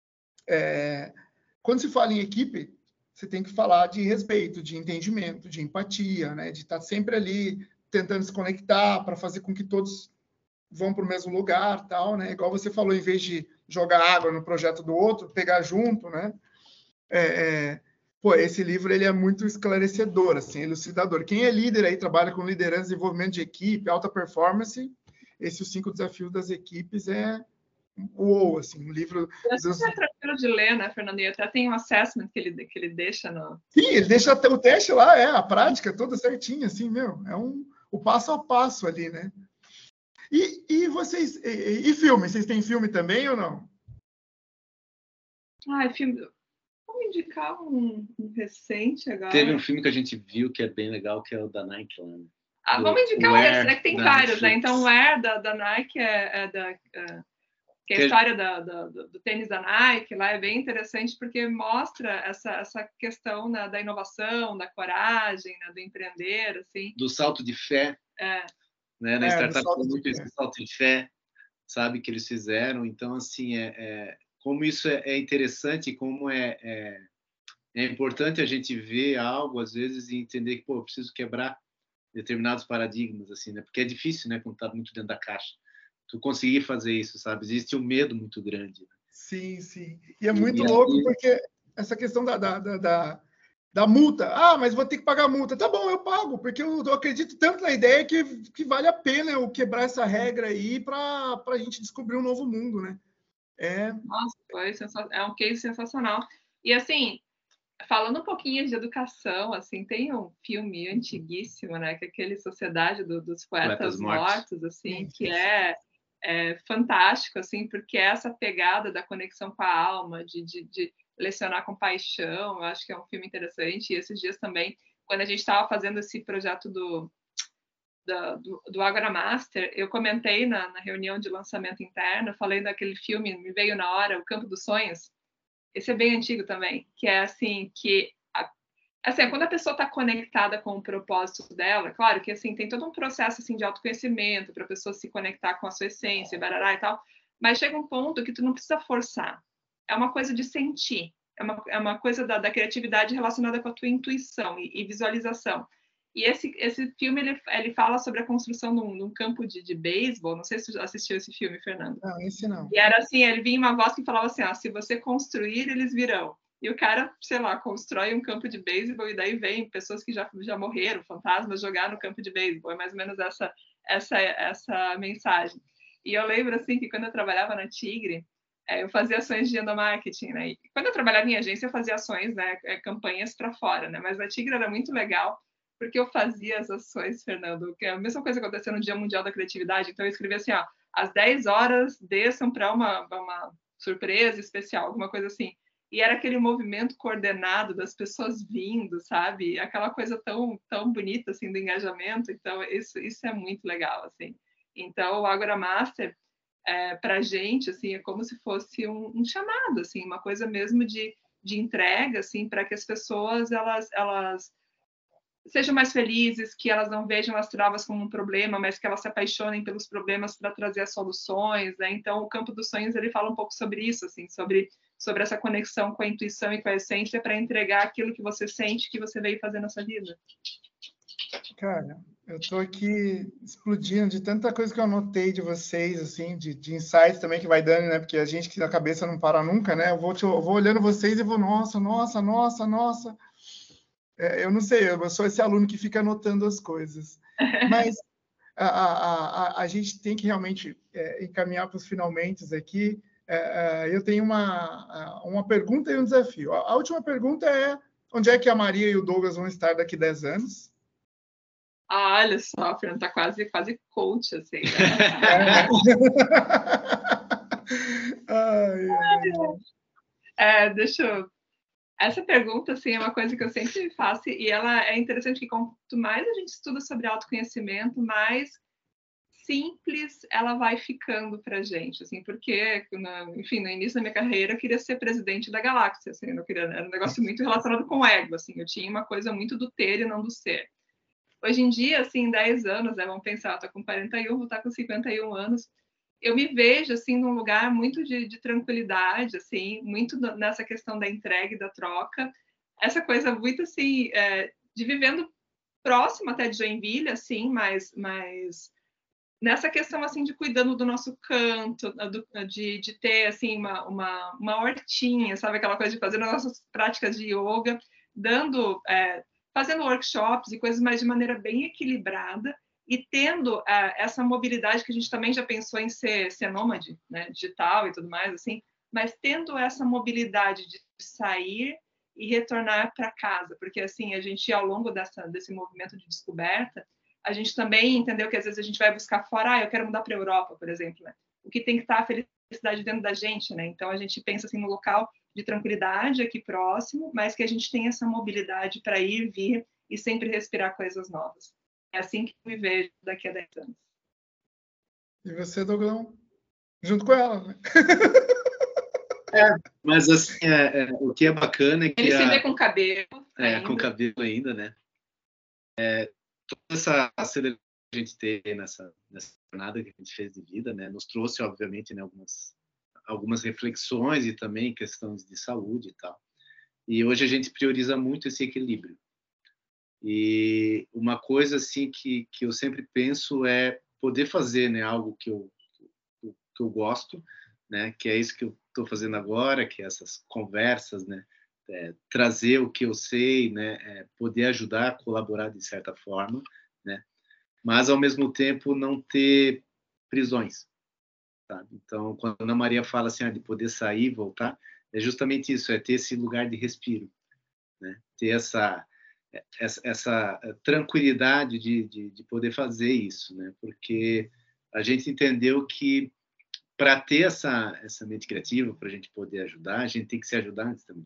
Speaker 1: quando se fala em equipe, você tem que falar de respeito, de entendimento, de empatia, né? De estar sempre ali tentando se conectar para fazer com que todos vão para o mesmo lugar, tal, né? Igual você falou, em vez de jogar água no projeto do outro, pegar junto, né? Esse livro ele é muito esclarecedor, assim, elucidador. Quem é líder aí, trabalha com liderança, desenvolvimento de equipe, alta performance, Os 5 Desafios das Equipes é assim, um livro...
Speaker 2: É tranquilo de ler, né, Fernandinho? Até tem um assessment que ele deixa no...
Speaker 1: Sim, ele deixa o teste lá, a prática toda certinha, assim, o passo a passo ali, né? E vocês... E filme? Vocês têm filme também ou não?
Speaker 2: Filme... Vamos indicar um recente agora.
Speaker 3: Teve um filme que a gente viu que é bem legal, que é o da Nike lá, né?
Speaker 2: Vamos indicar esse, né? Que tem vários, né? Então, o Air da Nike que é a história do tênis da Nike lá, é bem interessante porque mostra essa questão da inovação, da coragem, né, do empreender, assim.
Speaker 3: Do salto de fé. Né? Na startup tem muito esse salto de fé, sabe, que eles fizeram. Então, assim, como isso é interessante, como é importante a gente ver algo, às vezes, e entender que, eu preciso quebrar determinados paradigmas, assim, né? Porque é difícil, né, quando tá muito dentro da caixa. Tu conseguir fazer isso, sabe? Existe um medo muito grande. Né?
Speaker 1: Sim, sim. E é muito louco porque essa questão da multa. Mas vou ter que pagar a multa. Tá bom, eu pago, porque eu acredito tanto na ideia que vale a pena eu quebrar essa regra aí para a gente descobrir um novo mundo, né?
Speaker 2: Nossa, é um case sensacional. E, assim, falando um pouquinho de educação, assim, tem um filme antiguíssimo, né? Que é aquele Sociedade dos Poetas Mortos, assim, que é fantástico, assim, porque essa pegada da conexão com a alma, de lecionar com paixão, eu acho que é um filme interessante. E esses dias também, quando a gente estava fazendo esse projeto do Agora Master, eu comentei na reunião de lançamento interno, falei daquele filme, me veio na hora, O Campo dos Sonhos. Esse é bem antigo também, que é assim, quando a pessoa está conectada com o propósito dela, claro que assim, tem todo um processo assim, de autoconhecimento para a pessoa se conectar com a sua essência, barará e tal, mas chega um ponto que tu não precisa forçar. É uma coisa de sentir, é uma coisa da criatividade relacionada com a tua intuição e visualização. E esse filme, ele fala sobre a construção de um campo de beisebol. Não sei se você assistiu esse filme, Fernando.
Speaker 1: Não, esse não.
Speaker 2: E era assim, ele vinha uma voz que falava assim, se você construir, eles virão. E o cara, sei lá, constrói um campo de beisebol e daí vem pessoas que já morreram, fantasmas, jogar no campo de beisebol. É mais ou menos essa mensagem. E eu lembro, assim, que quando eu trabalhava na Tigre, eu fazia ações de endomarketing, né? E quando eu trabalhava em agência, eu fazia ações, né? Campanhas para fora, né? Mas na Tigre era muito legal, porque eu fazia as ações, Fernando, que é a mesma coisa que aconteceu no Dia Mundial da Criatividade. Então eu escrevia assim, às 10 horas desçam para uma surpresa especial, alguma coisa assim. E era aquele movimento coordenado das pessoas vindo, sabe? Aquela coisa tão, tão bonita, assim, do engajamento. Então, isso é muito legal, assim. Então, o Agora Master, para a gente, assim, é como se fosse um chamado, assim, uma coisa mesmo de entrega, assim, para que as pessoas, elas sejam mais felizes, que elas não vejam as travas como um problema, mas que elas se apaixonem pelos problemas para trazer as soluções, né? Então, o Campo dos Sonhos, ele fala um pouco sobre isso, assim, sobre essa conexão com a intuição e com a essência para entregar aquilo que você sente que você veio fazer na sua vida.
Speaker 1: Cara, eu estou aqui explodindo de tanta coisa que eu anotei de vocês, assim, de insights também que vai dando, né? Porque a gente que a cabeça não para nunca, né? Eu vou olhando vocês e vou, nossa. Eu não sei, eu sou esse aluno que fica anotando as coisas. Mas a gente tem que realmente encaminhar para os finalmente aqui. Eu tenho uma pergunta e um desafio. A última pergunta é: onde é que a Maria e o Douglas vão estar daqui 10 anos?
Speaker 2: Olha só, Fernando, tá quase coach, assim, né? Deixa eu... Essa pergunta, assim, é uma coisa que eu sempre faço e ela é interessante que quanto mais a gente estuda sobre autoconhecimento, mais simples ela vai ficando para gente, assim, porque, enfim, no início da minha carreira eu queria ser presidente da galáxia, assim, eu queria, era um negócio muito relacionado com o ego, assim, eu tinha uma coisa muito do ter e não do ser. Hoje em dia, assim, 10 anos, né, vamos pensar, eu tô com 41, vou estar com 51 anos, eu me vejo, assim, num lugar muito de tranquilidade, assim, muito nessa questão da entrega e da troca, essa coisa muito, assim, de vivendo próximo até de Joinville, assim, mas nessa questão assim de cuidando do nosso canto, de ter assim uma hortinha, sabe, aquela coisa de fazer as nossas práticas de yoga, fazendo workshops e coisas, mas de maneira bem equilibrada e tendo essa mobilidade que a gente também já pensou em ser nômade, né, digital e tudo mais assim, mas tendo essa mobilidade de sair e retornar para casa, porque assim a gente ao longo desse movimento de descoberta a gente também entendeu que às vezes a gente vai buscar fora, eu quero mudar para a Europa, por exemplo, né? O que tem que estar a felicidade dentro da gente, né? Então a gente pensa assim no local de tranquilidade aqui próximo, mas que a gente tem essa mobilidade para ir, vir e sempre respirar coisas novas. É assim que eu me vejo daqui a 10 anos.
Speaker 1: E você, Douglas? Junto com ela, né?
Speaker 3: Mas assim, o que é bacana é que
Speaker 2: ele se vê com cabelo
Speaker 3: com cabelo ainda, né? Toda essa aceleração que a gente tem nessa jornada que a gente fez de vida, né, nos trouxe, obviamente, né, algumas reflexões e também questões de saúde e tal. E hoje a gente prioriza muito esse equilíbrio. E uma coisa assim que eu sempre penso é poder fazer, né, algo que eu gosto, né, que é isso que eu estou fazendo agora, que é essas conversas, né, trazer o que eu sei, né, poder ajudar, colaborar de certa forma, né, mas ao mesmo tempo não ter prisões, sabe? Então, quando a Ana Maria fala assim, de poder sair e voltar, é justamente isso, é ter esse lugar de respiro, né? Ter essa tranquilidade de poder fazer isso, né? Porque a gente entendeu que para ter essa mente criativa, para a gente poder ajudar, a gente tem que se ajudar antes também.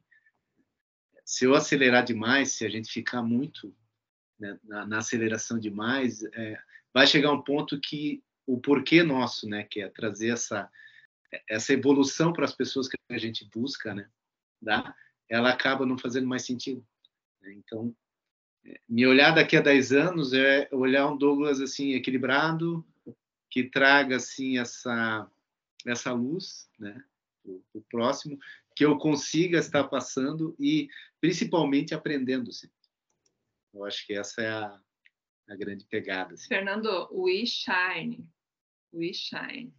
Speaker 3: Se eu acelerar demais, se a gente ficar muito, né, na aceleração demais, vai chegar um ponto que o porquê nosso, né, que é trazer essa evolução para as pessoas que a gente busca, né, ela acaba não fazendo mais sentido. Né? Então, me olhar daqui a 10 anos é olhar um Douglas assim equilibrado, que traga assim essa luz, né, o próximo, que eu consiga estar passando e principalmente aprendendo-se. Eu acho que essa é a grande pegada. Assim.
Speaker 2: Fernando, we shine. We shine.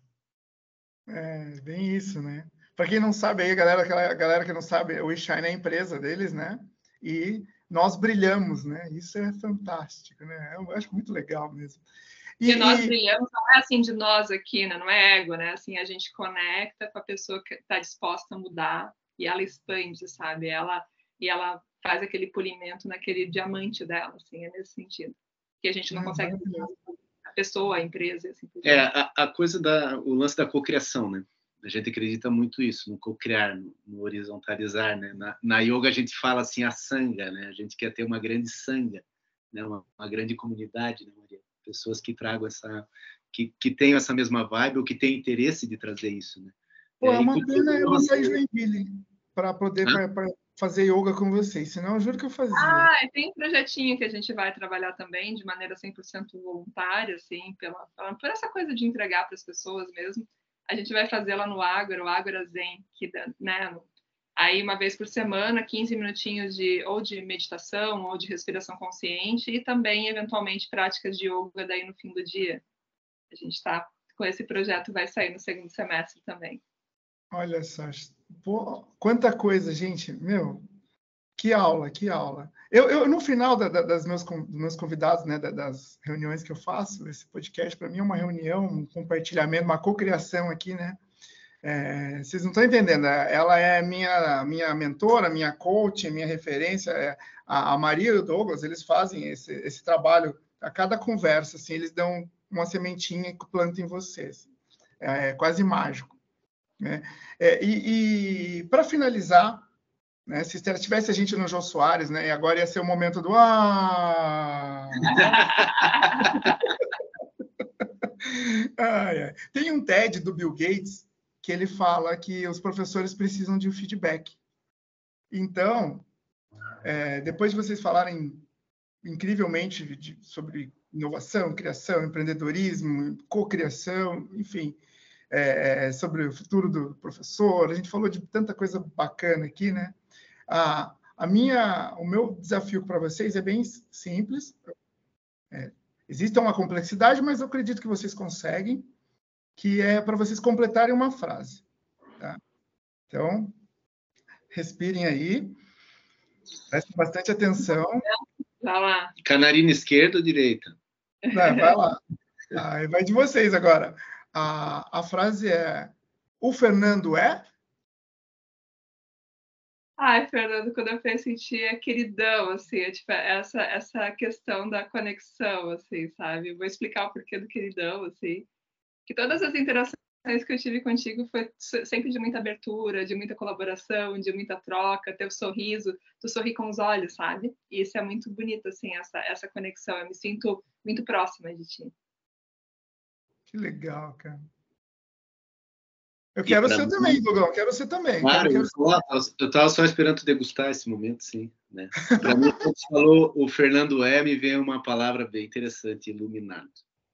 Speaker 1: É, bem isso, né? Para quem não sabe aí, aquela galera que não sabe, o Shine é a empresa deles, né? E nós brilhamos, né? Isso é fantástico, né? Eu acho muito legal mesmo.
Speaker 2: E nós brilhamos, não é assim de nós aqui, né? Não é ego, né? Assim, a gente conecta com a pessoa que está disposta a mudar e ela expande, sabe? E ela faz aquele polimento naquele diamante dela, assim, é nesse sentido. Que a gente não consegue a pessoa, a empresa, assim.
Speaker 3: A coisa o lance da cocriação, né? A gente acredita muito isso, no cocriar, no horizontalizar, né? Na yoga a gente fala assim a sangha, né? A gente quer ter uma grande sangha, né? Uma grande comunidade, né, Maria? Pessoas que tragam que tenham essa mesma vibe ou que tenham interesse de trazer isso, né?
Speaker 1: Pô, é uma pena eu não estar em Joinville para poder fazer yoga com vocês, senão eu juro que eu fazia.
Speaker 2: Tem um projetinho que a gente vai trabalhar também de maneira 100% voluntária, assim, por essa coisa de entregar para as pessoas mesmo. A gente vai fazer lá no Ágora, o Ágora Zen, que, né, aí uma vez por semana, 15 minutinhos ou de meditação ou de respiração consciente e também, eventualmente, práticas de yoga daí no fim do dia. A gente está com esse projeto, vai sair no segundo semestre também.
Speaker 1: Olha só, pô, quanta coisa, gente, meu, que aula, que aula. Eu no final dos meus convidados, né, das reuniões que eu faço, esse podcast para mim é uma reunião, um compartilhamento, uma cocriação aqui, né? Vocês não estão entendendo, ela é minha mentora, minha coach, minha referência, a Maria e o Douglas, eles fazem esse trabalho, a cada conversa, assim, eles dão uma sementinha que plantam em vocês, é quase mágico, né? E para finalizar, Né? Se tivesse a gente no Jô Soares, né? E agora ia ser o momento do ah! Ai, ai. Tem um TED do Bill Gates que ele fala que os professores precisam de um feedback. Então, depois de vocês falarem incrivelmente sobre inovação, criação, empreendedorismo, cocriação, enfim, sobre o futuro do professor, a gente falou de tanta coisa bacana aqui, né? O meu desafio para vocês é bem simples. Existe uma complexidade, mas eu acredito que vocês conseguem, que é para vocês completarem uma frase. Tá? Então, respirem aí, prestem bastante atenção.
Speaker 2: Vai lá.
Speaker 3: Canarina esquerda ou direita?
Speaker 1: Vai lá. Aí vai de vocês agora. A frase é: o Fernando é?
Speaker 2: Ai, Fernando, quando eu penso sentir é queridão, assim, tipo, essa questão da conexão, assim, sabe? Eu vou explicar o porquê do queridão, assim. Que todas as interações que eu tive contigo foi sempre de muita abertura, de muita colaboração, de muita troca, teu sorriso, tu sorri com os olhos, sabe? E isso é muito bonito, assim, essa conexão. Eu me sinto muito próxima de ti.
Speaker 1: Que legal, cara. Eu quero ser também, Dogão. Quero ser também.
Speaker 3: Claro, eu estava só esperando tu degustar esse momento, sim. Né? Para mim, quando você falou o Fernando me veio uma palavra bem interessante, iluminado.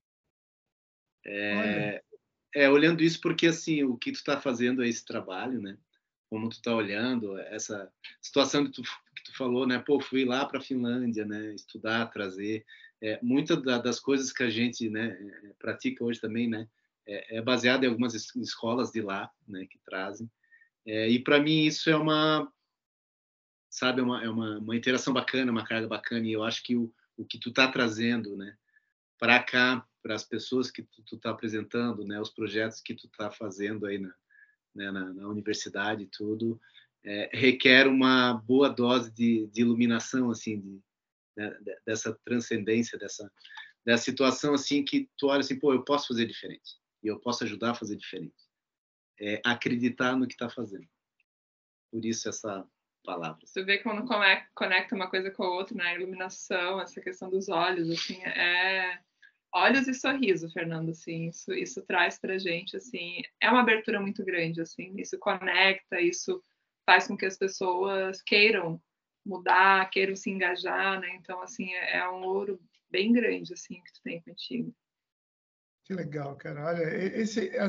Speaker 3: Olhando isso, porque assim, o que tu está fazendo é esse trabalho, né? Como tu está olhando essa situação que tu falou, né? Pô, fui lá para a Finlândia, né? Estudar, trazer. Muitas das coisas que a gente, né, pratica hoje também, né? É baseado em algumas escolas de lá, né? Que trazem. E para mim isso é uma, sabe, uma interação bacana, uma carga bacana. E eu acho que o que tu está trazendo, né? Para cá, para as pessoas que tu está apresentando, né? Os projetos que tu está fazendo aí na universidade e tudo, requer uma boa dose de iluminação, assim, dessa transcendência, dessa situação, assim, que tu olha assim, pô, eu posso fazer diferente, e eu posso ajudar a fazer diferente. Acreditar no que está fazendo. Por isso essa palavra.
Speaker 2: Tu vê quando conecta uma coisa com a outra, né? A iluminação, essa questão dos olhos, assim, olhos e sorriso, Fernando, assim, isso traz pra gente, assim, é uma abertura muito grande, assim, isso conecta, isso faz com que as pessoas queiram mudar, queiram se engajar, né? Então, assim, é um ouro bem grande, assim, que tu tem contigo.
Speaker 1: Que legal, cara. Olha,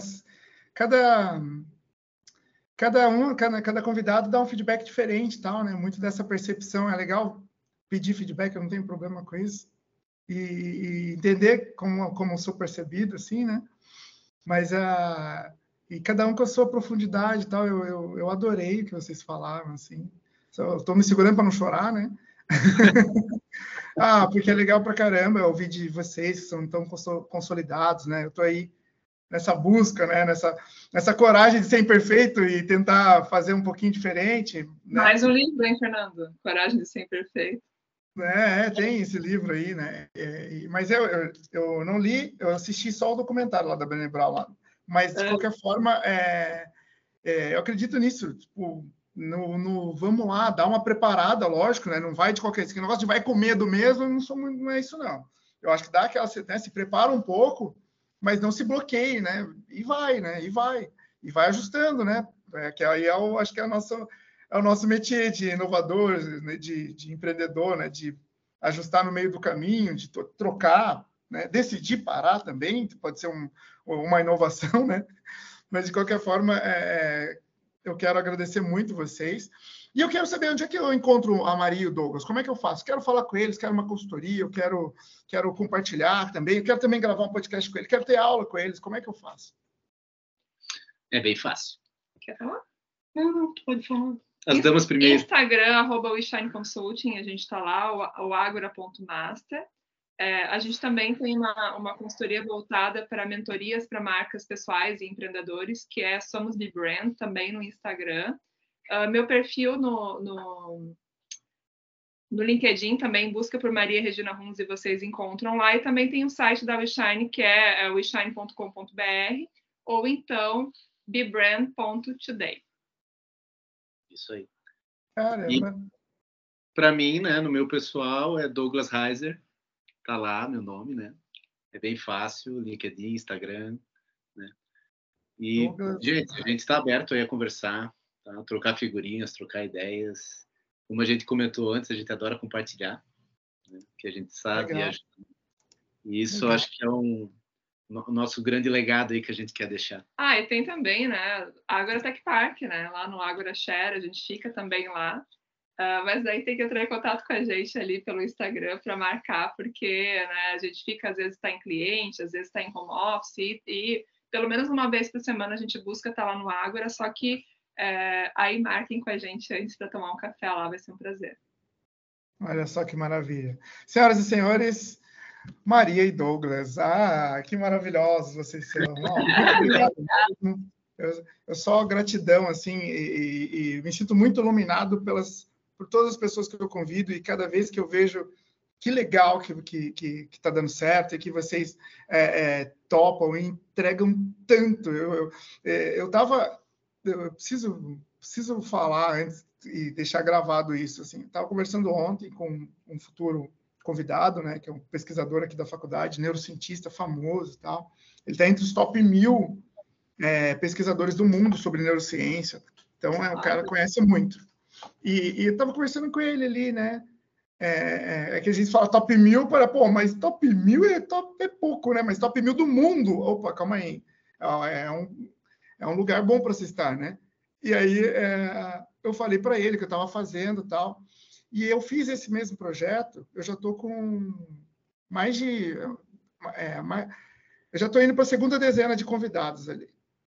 Speaker 1: cada convidado dá um feedback diferente, tal, né? Muito dessa percepção é legal pedir feedback, eu não tenho problema com isso. E entender como sou percebido, assim, né? Mas e cada um com a sua profundidade, tal. Eu adorei o que vocês falaram, assim. Estou me segurando para não chorar, né? Porque é legal pra caramba ouvir de vocês que são tão consolidados, né? Eu estou aí nessa busca, né? Nessa coragem de ser imperfeito e tentar fazer um pouquinho diferente. Né?
Speaker 2: Mais um livro, hein, Fernando? Coragem de ser imperfeito.
Speaker 1: Tem esse livro aí, né? Mas eu não li, eu assisti só o documentário lá da Brené Brown, lá. Mas, de qualquer forma, eu acredito nisso. Tipo, vamos lá, dar uma preparada, lógico, né? Não vai de qualquer... Esse negócio de vai com medo mesmo, não é isso, não. Eu acho que dá aquela... Né, se prepara um pouco, mas não se bloqueie, né? E vai, né? E vai ajustando, né? Que aí acho que é o nosso métier de inovador, né? de empreendedor, né? De ajustar no meio do caminho, de trocar, né? Decidir parar também, pode ser uma inovação, né? Mas, de qualquer forma, eu quero agradecer muito vocês. E eu quero saber onde é que eu encontro a Maria e o Douglas. Como é que eu faço? Quero falar com eles, quero uma consultoria, eu quero compartilhar também, eu quero também gravar um podcast com eles, quero ter aula com eles. Como é que eu faço?
Speaker 3: É bem fácil.
Speaker 2: Quer falar? Não, tu pode falar.
Speaker 3: As damas primeiro.
Speaker 2: Instagram, @WeShineConsulting, a gente está lá, o agora.master. A gente também tem uma consultoria voltada para mentorias para marcas pessoais e empreendedores, que é Somos Be Brand, também no Instagram. Meu perfil no LinkedIn também, busca por Maria Regina Huns e vocês encontram lá. E também tem o site da WeShine, que é weshine.com.br, ou então bebrand.today.
Speaker 3: Isso aí.
Speaker 1: Caramba.
Speaker 3: Para mim, né, no meu pessoal, é Douglas Heiser, tá lá meu nome, né? É bem fácil, LinkedIn, Instagram, né? E,
Speaker 1: Douglas.
Speaker 3: gente, a gente está aberto aí a conversar, tá? Trocar figurinhas, trocar ideias. Como a gente comentou antes, a gente adora compartilhar, né? Que a gente sabe.
Speaker 1: Legal.
Speaker 3: E isso
Speaker 1: Legal.
Speaker 3: acho que é o nosso grande legado aí que a gente quer deixar.
Speaker 2: E tem também, né, Ágora Tech Park, né? Lá no Ágora Share, a gente fica também lá. Mas daí tem que entrar em contato com a gente ali pelo Instagram para marcar, porque, né, a gente fica, às vezes está em cliente, às vezes está em home office, e pelo menos uma vez por semana a gente busca estar lá no Ágora, só que aí marquem com a gente antes para tomar um café lá, vai ser um prazer.
Speaker 1: Olha só que maravilha. Senhoras e senhores, Maria e Douglas, que maravilhosos vocês são. Muito obrigado mesmo. Eu só gratidão, assim, e me sinto muito iluminado por todas as pessoas que eu convido, e cada vez que eu vejo que legal que está dando certo, e que vocês topam e entregam tanto. Eu preciso falar antes e deixar gravado isso. Assim, estava conversando ontem com um futuro convidado, né, que é um pesquisador aqui da faculdade, neurocientista famoso e tal. Ele está entre os top 1000 pesquisadores do mundo sobre neurociência. Então, o cara conhece muito. E eu estava conversando com ele ali, né? Que a gente fala top 1000 para, mas top 1000 é pouco, né? Mas top 1000 do mundo, opa, calma aí. É um lugar bom para se estar, né? E aí eu falei para ele que eu estava fazendo e tal. E eu fiz esse mesmo projeto, eu já estou com mais de... eu já estou indo para a segunda dezena de convidados ali.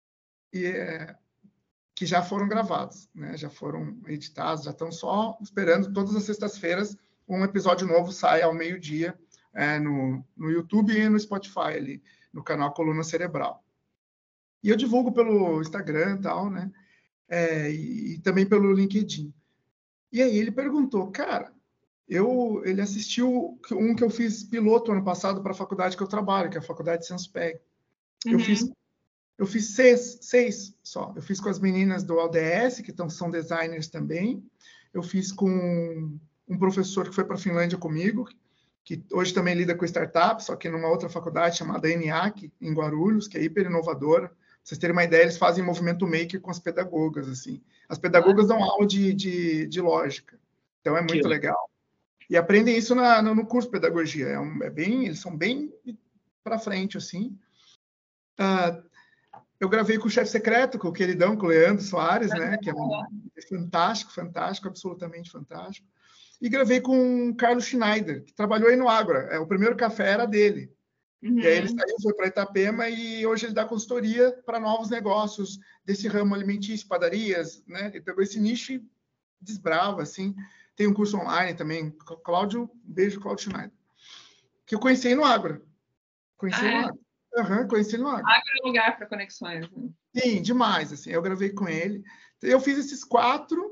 Speaker 1: Que já foram gravados, né? Já foram editados, já estão só esperando. Todas as sextas-feiras um episódio novo sai ao meio-dia no YouTube e no Spotify, ali, no canal Coluna Cerebral. E eu divulgo pelo Instagram e tal, né? E também pelo LinkedIn. E aí ele perguntou, cara, ele assistiu um que eu fiz piloto ano passado para a faculdade que eu trabalho, que é a Faculdade de Sanspeg. Eu fiz seis só. Eu fiz com as meninas do ODS, que são designers também. Eu fiz com um professor que foi para a Finlândia comigo, que hoje também lida com startups, só que numa outra faculdade chamada ENIAC, em Guarulhos, que é hiper inovadora. Pra vocês terem uma ideia, eles fazem movimento maker com as pedagogas, assim. As pedagogas dão aula de lógica. Então, é muito legal. E aprendem isso no curso de pedagogia. Eles são bem para frente, assim. Eu gravei com o Chefe Secreto, com o queridão, com o Leandro Soares, né? Que é fantástico, absolutamente fantástico. E gravei com o Carlos Schneider, que trabalhou aí no Ágora. O primeiro café era dele. E aí ele saiu, foi para Itapema, e hoje ele dá consultoria para novos negócios desse ramo alimentício, padarias, né? Ele pegou esse nicho e desbrava, assim. Tem um curso online também. Cláudio, beijo, Cláudio Schneider. Que eu conheci no Ágora. Conheci no Ágora. Conheci no Ágora.
Speaker 2: Ágora é um lugar para conexões. Né?
Speaker 1: Sim, demais. Assim, eu gravei com ele. Eu fiz esses 4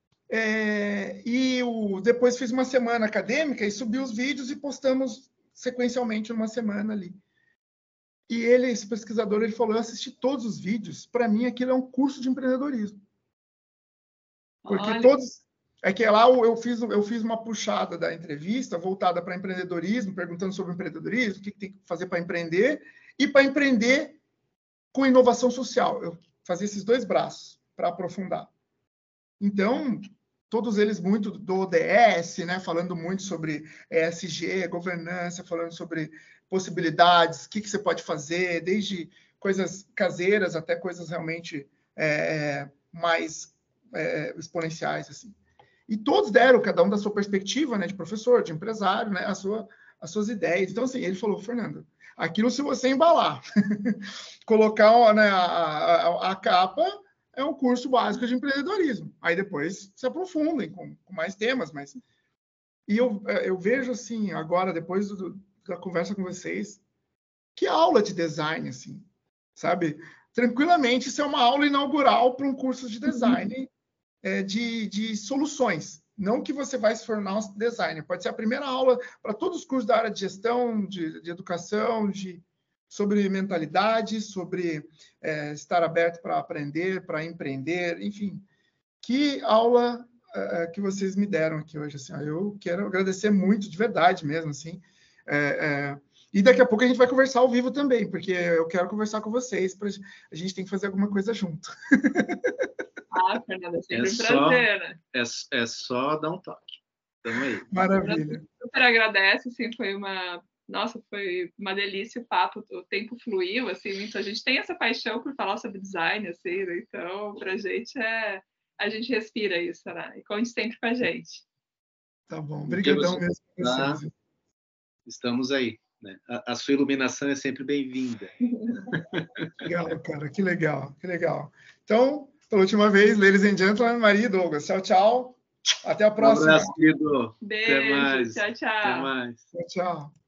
Speaker 1: e depois fiz uma semana acadêmica e subi os vídeos e postamos sequencialmente numa semana ali. E esse pesquisador, ele falou, eu assisti todos os vídeos, para mim aquilo é um curso de empreendedorismo. Porque É que lá eu fiz uma puxada da entrevista voltada para empreendedorismo, perguntando sobre empreendedorismo, o que tem que fazer para empreender, e para empreender com inovação social. Eu fazia esses 2 braços para aprofundar. Então, todos eles muito do ODS, né, falando muito sobre ESG, governança, falando sobre possibilidades, o que você pode fazer, desde coisas caseiras até coisas realmente mais exponenciais, assim. E todos deram, cada um da sua perspectiva, né, de professor, de empresário, né, as suas ideias. Então, assim, ele falou, Fernando, aquilo se você embalar, colocar, né, a capa, é um curso básico de empreendedorismo. Aí depois se aprofundem com mais temas, mas... E eu vejo, assim, agora, depois da conversa com vocês, que aula de design, assim, sabe? Tranquilamente, isso é uma aula inaugural para um curso de design, de soluções. Não que você vai se tornar um designer. Pode ser a primeira aula para todos os cursos da área de gestão, de educação, sobre mentalidade, sobre estar aberto para aprender, para empreender, enfim. Que aula que vocês me deram aqui hoje. Assim, eu quero agradecer muito, de verdade mesmo. Assim, e daqui a pouco a gente vai conversar ao vivo também, porque eu quero conversar com vocês, a gente tem que fazer alguma coisa junto.
Speaker 2: Fernanda, sempre um prazer, né?
Speaker 3: É só dar um toque. Tamo aí.
Speaker 1: Maravilha.
Speaker 2: Super agradeço, assim, foi uma delícia o papo, o tempo fluiu, assim, então a gente tem essa paixão por falar sobre design, assim, né? Então, pra gente a gente respira isso, né? E conte sempre com a gente.
Speaker 1: Tá bom, obrigadão mesmo pra vocês.
Speaker 3: Estamos aí, né? A sua iluminação é sempre bem-vinda.
Speaker 1: Legal, cara, que legal, que legal. Então, pela última vez, ladies and gentlemen, Maria e Douglas, tchau, tchau. Até a próxima.
Speaker 3: Um abraço, querido.
Speaker 2: Beijo,
Speaker 3: Até mais.
Speaker 2: tchau, tchau.
Speaker 3: Até mais.
Speaker 1: Tchau, tchau.